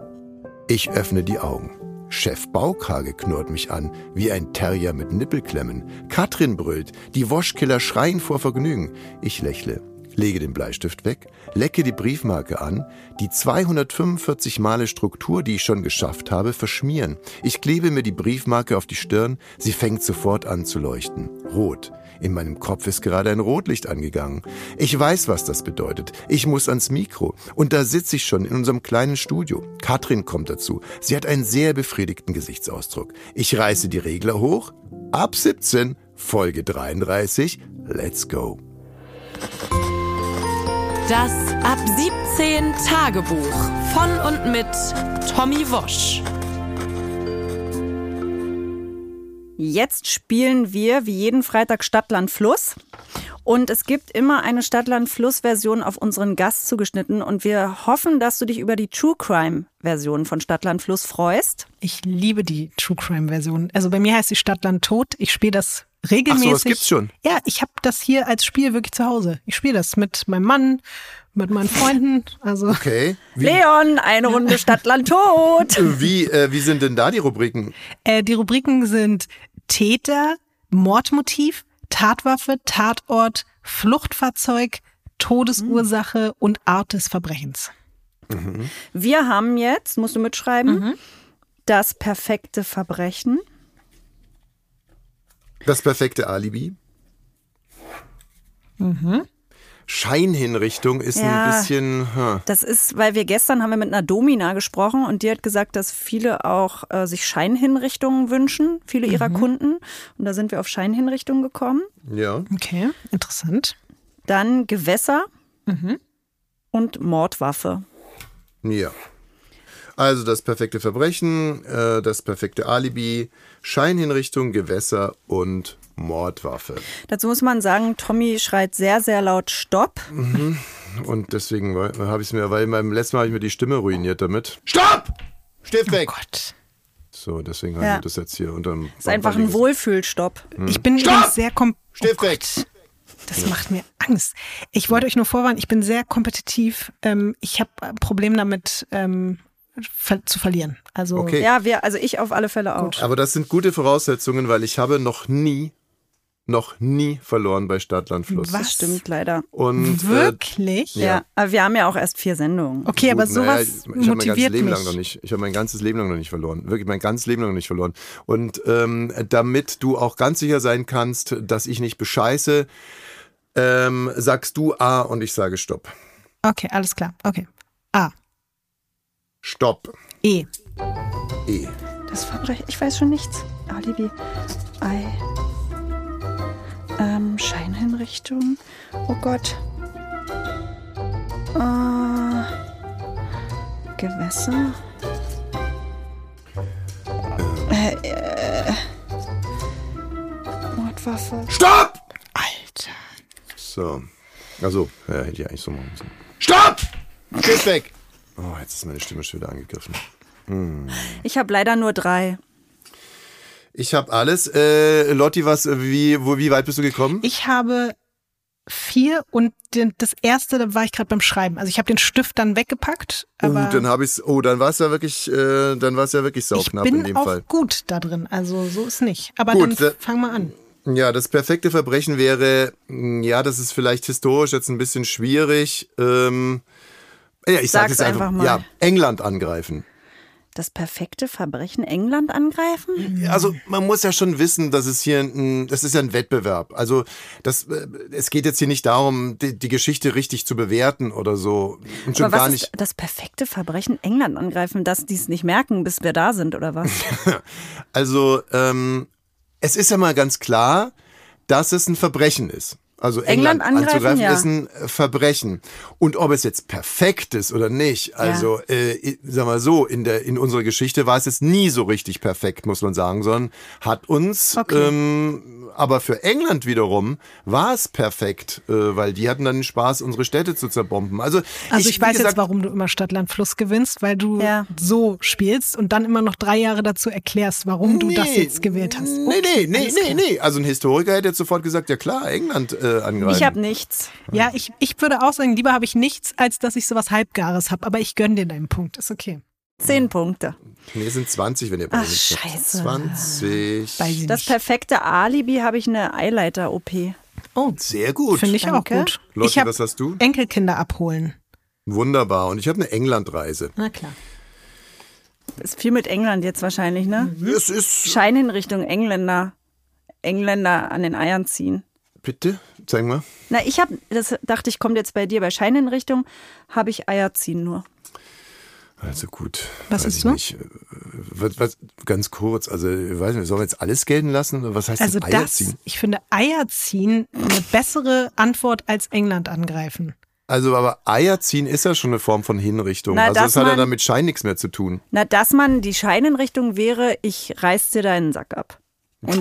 Ich öffne die Augen. Chef Baukage knurrt mich an, wie ein Terrier mit Nippelklemmen. Katrin brüllt, die Woschkiller schreien vor Vergnügen. Ich lächle, lege den Bleistift weg, lecke die Briefmarke an, die 245 Male Struktur, die ich schon geschafft habe, verschmieren. Ich klebe mir die Briefmarke auf die Stirn, sie fängt sofort an zu leuchten. Rot. In meinem Kopf ist gerade ein Rotlicht angegangen. Ich weiß, was das bedeutet. Ich muss ans Mikro. Und da sitze ich schon in unserem kleinen Studio. Katrin kommt dazu. Sie hat einen sehr befriedigten Gesichtsausdruck. Ich reiße die Regler hoch. Ab 17, Folge 33. Let's go. Das Ab 17 Tagebuch von und mit Tommy Wosch. Jetzt spielen wir wie jeden Freitag Stadtland Fluss. Und es gibt immer eine Stadtland-Fluss-Version auf unseren Gast zugeschnitten. Und wir hoffen, dass du dich über die True-Crime-Version von Stadtland Fluss freust. Ich liebe die True-Crime-Version. Also bei mir heißt sie Stadtland Tod. Ich spiele das regelmäßig. Ach so, das gibt's schon? Ja, ich habe das hier als Spiel wirklich zu Hause. Ich spiele das mit meinem Mann, mit meinen Freunden. Also okay. Leon, eine Runde Stadtland Tod. Wie sind denn da die Rubriken? Die Rubriken sind Täter, Mordmotiv, Tatwaffe, Tatort, Fluchtfahrzeug, Todesursache und Art des Verbrechens. Mhm. Wir haben jetzt, musst du mitschreiben, das perfekte Verbrechen. Das perfekte Alibi. Scheinhinrichtung ist ein bisschen... Das ist, weil haben wir mit einer Domina gesprochen und die hat gesagt, dass viele auch sich Scheinhinrichtungen wünschen, viele ihrer Kunden. Und da sind wir auf Scheinhinrichtungen gekommen. Ja. Okay, interessant. Dann Gewässer und Mordwaffe. Ja. Also das perfekte Verbrechen, das perfekte Alibi, Scheinhinrichtung, Gewässer und Mordwaffe. Dazu muss man sagen, Tommy schreit sehr, sehr laut Stopp. Und deswegen habe ich es mir, weil beim letzten Mal habe ich mir die Stimme ruiniert damit. Stopp! Stift weg! Oh Gott. So, deswegen habe ich das jetzt hier unterm... Das ist einfach ein Wohlfühlstopp. Ich bin übrigens sehr Stift weg! Das macht mir Angst. Ich wollte euch nur vorwarnen, ich bin sehr kompetitiv. Ich habe ein Problem damit, zu verlieren. Also okay. Ja, ich auf alle Fälle auch. Aber das sind gute Voraussetzungen, weil ich habe noch nie verloren bei Stadtland Fluss. Das stimmt leider. Und, wirklich? Ja, aber wir haben ja auch erst 4 Sendungen. Okay, aber sowas motiviert mich. Ich habe mein ganzes Leben lang noch nicht verloren. Wirklich mein ganzes Leben lang noch nicht verloren. Und damit du auch ganz sicher sein kannst, dass ich nicht bescheiße, sagst du A und ich sage Stopp. Okay, alles klar. Okay. A. Stopp. E. Das Verbrechen, ich weiß schon nichts. Alibi. Scheinhinrichtung. Oh Gott. Gewässer. So. Also, ja, hätte ich eigentlich so machen müssen. Stopp! Geht weg! Oh, jetzt ist meine Stimme schon wieder angegriffen. Ich habe leider nur 3. Ich habe alles. Lotti, wie weit bist du gekommen? Ich habe 4 und das erste, da war ich gerade beim Schreiben. Also ich habe den Stift dann weggepackt. Aber dann habe ich's. Oh, dann war es ja wirklich, sauknapp in dem Fall. Ich bin auch gut da drin, also so ist nicht. Aber gut, dann fang mal an. Ja, das perfekte Verbrechen wäre, ja, das ist vielleicht historisch jetzt ein bisschen schwierig. Ich sage jetzt einfach mal. Ja, England angreifen. Das perfekte Verbrechen, England angreifen? Also man muss ja schon wissen, dass es hier das ist ja ein Wettbewerb. Also es geht jetzt hier nicht darum, die Geschichte richtig zu bewerten oder so. Und schon Aber was gar nicht. Ist das perfekte Verbrechen, England angreifen, dass die es nicht merken, bis wir da sind oder was? Also es ist ja mal ganz klar, dass es ein Verbrechen ist. Also England anzugreifen ist ein Verbrechen. Und ob es jetzt perfekt ist oder nicht, also sag mal so, in unserer Geschichte war es jetzt nie so richtig perfekt, muss man sagen, sondern hat uns, aber für England wiederum war es perfekt, weil die hatten dann den Spaß, unsere Städte zu zerbomben. Also ich weiß jetzt, warum du immer Stadt, Land, Fluss gewinnst, weil du so spielst und dann immer noch 3 Jahre dazu erklärst, warum du das jetzt gewählt hast. Okay, nee. Also ein Historiker hätte jetzt sofort gesagt, ja klar, England angreifen. Ich habe nichts. Ja, ich würde auch sagen, lieber habe ich nichts, als dass ich sowas Halbgares habe. Aber ich gönne dir deinen Punkt, ist okay. 10 Punkte. Nee, sind 20, wenn ihr beide nicht scheiße. 20. Das perfekte Alibi habe ich eine Eileiter-OP. Oh, sehr gut. Finde ich auch gut. Lotti, was hast du? Enkelkinder abholen. Wunderbar. Und ich habe eine Englandreise. Na klar. Ist viel mit England jetzt wahrscheinlich, ne? Es ist Scheinhinrichtung Engländer an den Eiern ziehen. Bitte? Zeig mal. Na, das dachte ich, kommt jetzt bei dir. Bei Scheinhinrichtung habe ich Eier ziehen nur. Also gut. Was ist so? Was, ganz kurz, also ich weiß nicht, sollen wir jetzt alles gelten lassen? Oder was heißt also Eier ziehen? Ich finde Eier ziehen eine bessere Antwort als England angreifen. Also aber Eier ziehen ist ja schon eine Form von Hinrichtung. Na, also das hat ja dann mit Schein nichts mehr zu tun. Na, dass man die Scheinhinrichtung wäre, ich reiß dir deinen Sack ab. Und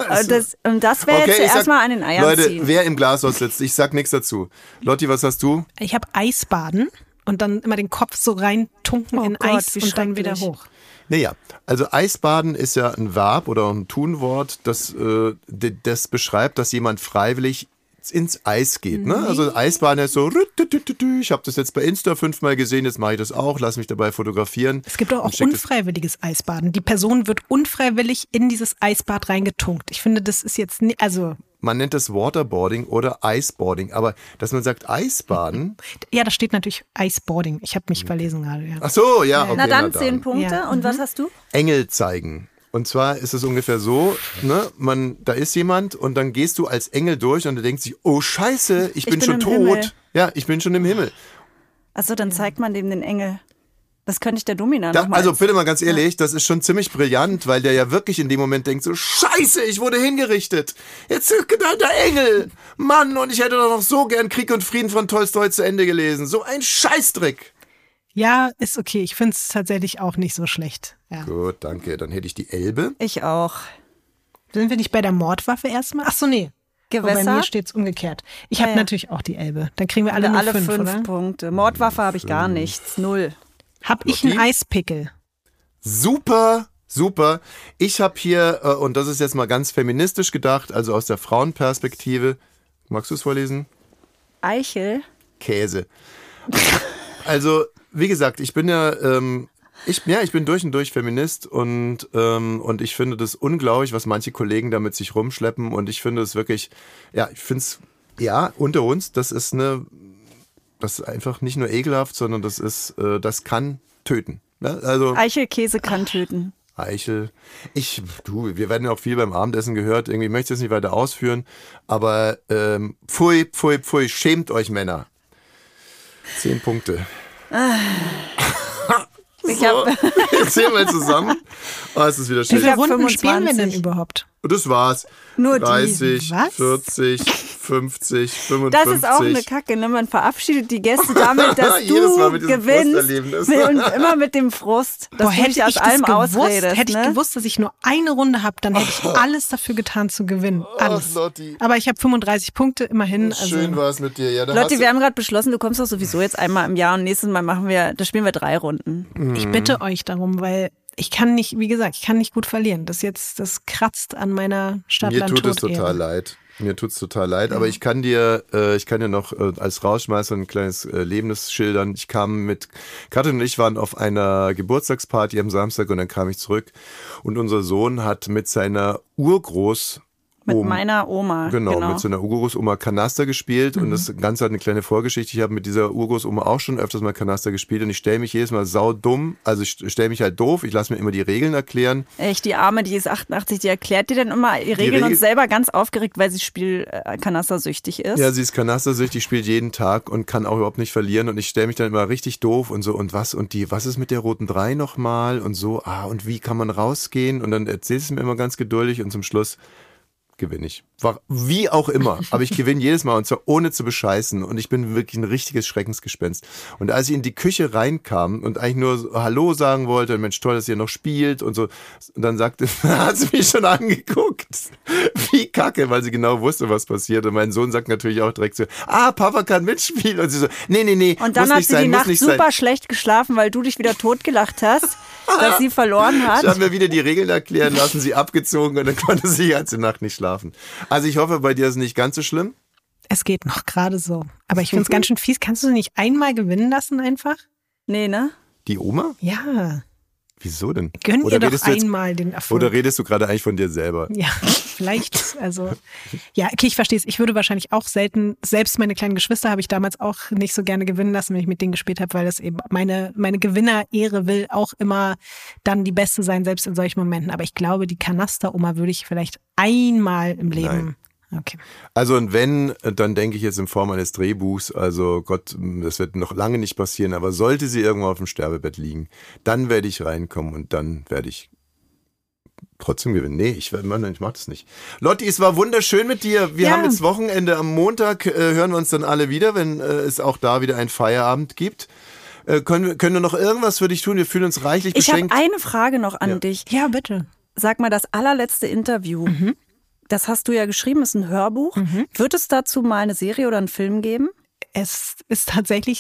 das wäre jetzt erstmal an den Eiern Leute, ziehen. wer im Glashaus sitzt, ich sag nichts dazu. Lotti, was hast du? Ich habe Eisbaden und dann immer den Kopf so reintunken in Eis und dann wieder hoch. Naja, also Eisbaden ist ja ein Verb oder ein Tunwort, das beschreibt, dass jemand freiwillig ins Eis geht. Ne? Also Eisbaden ist so, ich habe das jetzt bei Insta 5-mal gesehen, jetzt mache ich das auch, lass mich dabei fotografieren. Es gibt auch unfreiwilliges Eisbaden. Die Person wird unfreiwillig in dieses Eisbad reingetunkt. Ich finde, das ist jetzt nicht, also... Man nennt das Waterboarding oder Iceboarding, aber dass man sagt Eisbaden... Ja, da steht natürlich Iceboarding. Ich habe mich verlesen gerade. Ja. Ach so, ja, okay. Na dann 10 Punkte. Ja. Und was hast du? Engel zeigen. Und zwar ist es ungefähr so, ne, da ist jemand und dann gehst du als Engel durch und du denkst sich, oh Scheiße, ich bin schon tot. Himmel. Ja, ich bin schon im Himmel. Achso, dann zeigt man dem den Engel. Das könnte ich der Domina noch mal Also bitte mal ganz ehrlich, das ist schon ziemlich brillant, weil der ja wirklich in dem Moment denkt so, Scheiße, ich wurde hingerichtet. Jetzt ist der Engel. Mann, und ich hätte doch noch so gern Krieg und Frieden von Tolstoi zu Ende gelesen. So ein Scheißdreck. Ja, ist okay. Ich finde es tatsächlich auch nicht so schlecht. Ja. Gut, danke. Dann hätte ich die Elbe. Ich auch. Sind wir nicht bei der Mordwaffe erstmal? Ach so, nee. Gewässer? Bei mir steht es umgekehrt. Ich habe natürlich auch die Elbe. Dann kriegen wir alle nur 5, oder? Punkte. Mordwaffe habe ich gar nichts. 0. Hab ich einen Eispickel? Super, super. Ich habe hier, und das ist jetzt mal ganz feministisch gedacht, also aus der Frauenperspektive. Magst du es vorlesen? Eichel? Käse. Also, wie gesagt, ich bin ich bin durch und durch Feminist und ich finde das unglaublich, was manche Kollegen da mit sich rumschleppen und ich finde es wirklich, ich finde es, unter uns, das ist einfach nicht nur ekelhaft, sondern das kann töten. Ja, also Eichelkäse kann töten. Eichel. Wir werden ja auch viel beim Abendessen gehört, irgendwie möchte ich es nicht weiter ausführen, aber pfui, pfui, pfui, schämt euch Männer. 10 Punkte. Jetzt sehen wir zusammen. Oh, es ist wieder schön. Wie viele Runden spielen wir denn überhaupt? Das war's. Nur 30, 40, 50, 55. Das ist auch eine Kacke, ne? Man verabschiedet die Gäste damit, dass Jedes Mal du mit diesem gewinnst. Und immer mit dem Frust, dass du dich aus allem ausredest. Hätte ich gewusst, dass ich nur eine Runde habe, dann hätte ich alles dafür getan zu gewinnen. Alles. Lotti. Aber ich habe 35 Punkte, immerhin. Schön war es mit dir. Ja, Lotti, wir haben gerade beschlossen, du kommst doch sowieso jetzt einmal im Jahr und nächstes Mal spielen wir 3 Runden. Ich bitte euch darum, weil ich kann nicht, wie gesagt, ich kann nicht gut verlieren. Das kratzt an meiner Stadt-Land-Tod-Ehre. Mir tut es total leid, aber ich kann dir noch als Rausschmeißer ein kleines Erlebnis schildern. Katrin und ich waren auf einer Geburtstagsparty am Samstag und dann kam ich zurück und unser Sohn hat mit seiner meiner Oma. Genau, mit so einer Urgroßoma Kanaster gespielt und das Ganze hat eine kleine Vorgeschichte. Ich habe mit dieser Urgroßoma auch schon öfters mal Kanaster gespielt und ich stelle mich jedes Mal saudumm, also ich stelle mich halt doof, ich lasse mir immer die Regeln erklären. Echt, die Arme, die ist 88, die erklärt dir dann immer die Regeln und selber ganz aufgeregt, weil sie Kanastersüchtig ist. Ja, sie ist Kanastersüchtig, spielt jeden Tag und kann auch überhaupt nicht verlieren und ich stelle mich dann immer richtig doof und so und was ist mit der roten 3 nochmal und so, und wie kann man rausgehen und dann erzählt es mir immer ganz geduldig und zum Schluss gewinne ich. Wie auch immer. Aber ich gewinne jedes Mal und zwar ohne zu bescheißen. Und ich bin wirklich ein richtiges Schreckensgespenst. Und als ich in die Küche reinkam und eigentlich nur Hallo sagen wollte, Mensch, toll, dass ihr noch spielt und so. Und dann hat sie mich schon angeguckt. Wie kacke, weil sie genau wusste, was passiert. Und mein Sohn sagt natürlich auch direkt so, Papa kann mitspielen. Und sie so, nee. Und dann hat sie die Nacht super schlecht geschlafen, weil du dich wieder totgelacht hast, dass sie verloren hat. Ich habe mir wieder die Regeln erklären lassen, sie abgezogen und dann konnte sie die ganze Nacht nicht schlafen. Also ich hoffe, bei dir ist es nicht ganz so schlimm. Es geht noch gerade so. Aber ich finde es ganz schön fies. Kannst du sie nicht einmal gewinnen lassen einfach? Nee, ne? Die Oma? Ja. Wieso denn? Gönn ihr doch einmal den Erfolg. Oder redest du gerade eigentlich von dir selber? Ja, vielleicht. Also, ja, okay, ich verstehe es. Ich würde wahrscheinlich auch selten, selbst meine kleinen Geschwister habe ich damals auch nicht so gerne gewinnen lassen, wenn ich mit denen gespielt habe, weil das eben meine Gewinnerehre will auch immer dann die Beste sein, selbst in solchen Momenten. Aber ich glaube, die Kanaster-Oma würde ich vielleicht einmal im Leben... Nein. Okay. Also und wenn, dann denke ich jetzt in Form eines Drehbuchs, also Gott, das wird noch lange nicht passieren, aber sollte sie irgendwann auf dem Sterbebett liegen, dann werde ich reinkommen und dann werde ich trotzdem gewinnen. Nee, ich mach das nicht. Lotti, es war wunderschön mit dir. Wir haben jetzt Wochenende. Am Montag hören wir uns dann alle wieder, wenn es auch da wieder einen Feierabend gibt. Können wir noch irgendwas für dich tun? Wir fühlen uns reichlich beschenkt. Ich habe eine Frage noch an dich. Ja, bitte. Sag mal, das allerletzte Interview, das hast du ja geschrieben, ist ein Hörbuch. Wird es dazu mal eine Serie oder einen Film geben? Es ist tatsächlich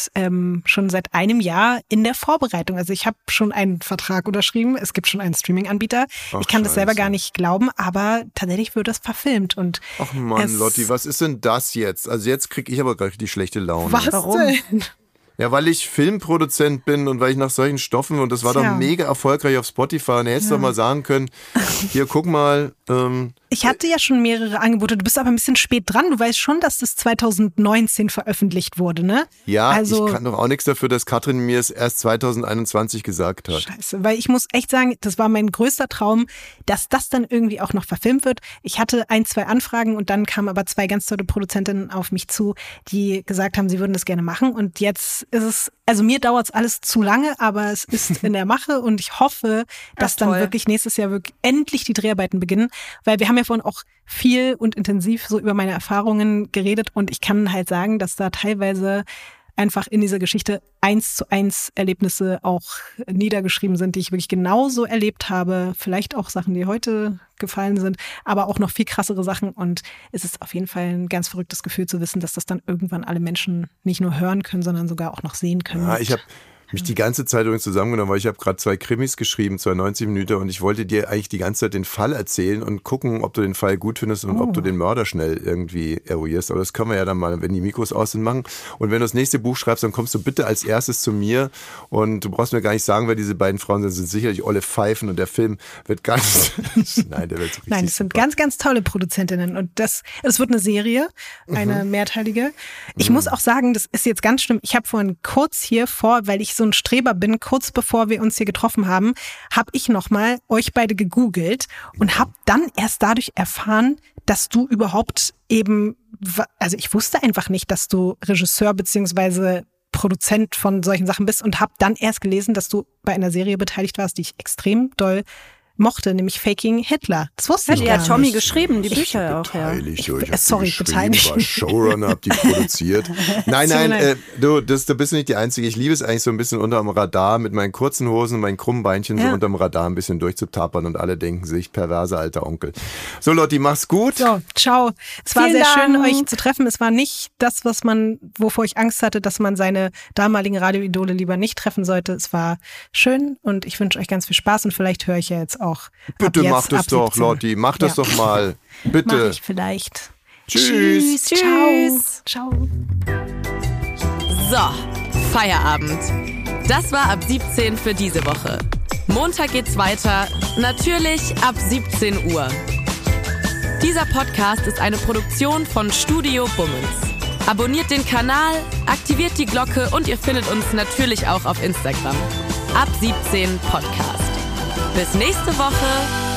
schon seit einem Jahr in der Vorbereitung. Also ich habe schon einen Vertrag unterschrieben. Es gibt schon einen Streaming-Anbieter. Ich kann das selber gar nicht glauben, aber tatsächlich wird das verfilmt. Ach Mann, Lotti, was ist denn das jetzt? Also jetzt kriege ich aber gleich die schlechte Laune. Warum denn? Ja, weil ich Filmproduzent bin und weil ich nach solchen Stoffen, und das war doch mega erfolgreich auf Spotify, und er hätte doch mal sagen können, hier, guck mal. Ich hatte ja schon mehrere Angebote, du bist aber ein bisschen spät dran. Du weißt schon, dass das 2019 veröffentlicht wurde, ne? Ja, also, ich kann doch auch nichts dafür, dass Katrin mir es erst 2021 gesagt hat. Scheiße, weil ich muss echt sagen, das war mein größter Traum, dass das dann irgendwie auch noch verfilmt wird. Ich hatte 1, 2 Anfragen und dann kamen aber 2 ganz tolle Produzentinnen auf mich zu, die gesagt haben, sie würden das gerne machen, und jetzt ist es, also mir dauert es alles zu lange, aber es ist in der Mache und ich hoffe, dass dann wirklich nächstes Jahr wirklich endlich die Dreharbeiten beginnen, weil wir haben ja vorhin auch viel und intensiv so über meine Erfahrungen geredet und ich kann halt sagen, dass da teilweise einfach in dieser Geschichte 1:1 Erlebnisse auch niedergeschrieben sind, die ich wirklich genauso erlebt habe. Vielleicht auch Sachen, die heute gefallen sind, aber auch noch viel krassere Sachen. Und es ist auf jeden Fall ein ganz verrücktes Gefühl zu wissen, dass das dann irgendwann alle Menschen nicht nur hören können, sondern sogar auch noch sehen können. Ja, ich habe mich die ganze Zeit übrigens zusammengenommen, weil ich habe gerade 2 Krimis geschrieben, 2 90 Minuten, und ich wollte dir eigentlich die ganze Zeit den Fall erzählen und gucken, ob du den Fall gut findest und ob du den Mörder schnell irgendwie eruierst. Aber das können wir ja dann mal, wenn die Mikros aus sind, machen. Und wenn du das nächste Buch schreibst, dann kommst du bitte als erstes zu mir und du brauchst mir gar nicht sagen, wer diese beiden Frauen sind. Das sind sicherlich Olle Pfeifen und der Film wird gar nicht... Nein, der wird so richtig Nein, das sind ganz, ganz tolle Produzentinnen und es wird eine Serie, eine mehrteilige. Ich muss auch sagen, das ist jetzt ganz schlimm. Ich habe vorhin kurz hier weil ich so ein Streber bin, kurz bevor wir uns hier getroffen haben, habe ich nochmal euch beide gegoogelt und habe dann erst dadurch erfahren, dass du überhaupt eben, also ich wusste einfach nicht, dass du Regisseur beziehungsweise Produzent von solchen Sachen bist und habe dann erst gelesen, dass du bei einer Serie beteiligt warst, die ich extrem doll mochte, nämlich Faking Hitler. Das wusste ich gar nicht. Ja, Tommy geschrieben, die Bücher auch. Beteiligt, Ja. ich hab sorry, beteiligt. war Showrunner, hab die produziert. Nein, du bist nicht die Einzige. Ich liebe es eigentlich so ein bisschen unterm Radar mit meinen kurzen Hosen und meinen krummen Beinchen so unterm Radar ein bisschen durchzutappern und alle denken sich, perverser alter Onkel. So Lotti, mach's gut. So, ciao. Es war sehr schön, euch zu treffen. Es war nicht das, wovor ich Angst hatte, dass man seine damaligen Radioidole lieber nicht treffen sollte. Es war schön und ich wünsche euch ganz viel Spaß und vielleicht höre ich ja jetzt auch. Bitte mach das doch, Lotti, mach das doch mal. Bitte. Mach ich vielleicht. Tschüss. Ciao. So, Feierabend. Das war ab 17 für diese Woche. Montag geht's weiter, natürlich ab 17 Uhr. Dieser Podcast ist eine Produktion von Studio Bummens. Abonniert den Kanal, aktiviert die Glocke und ihr findet uns natürlich auch auf Instagram. Ab 17 Podcast. Bis nächste Woche.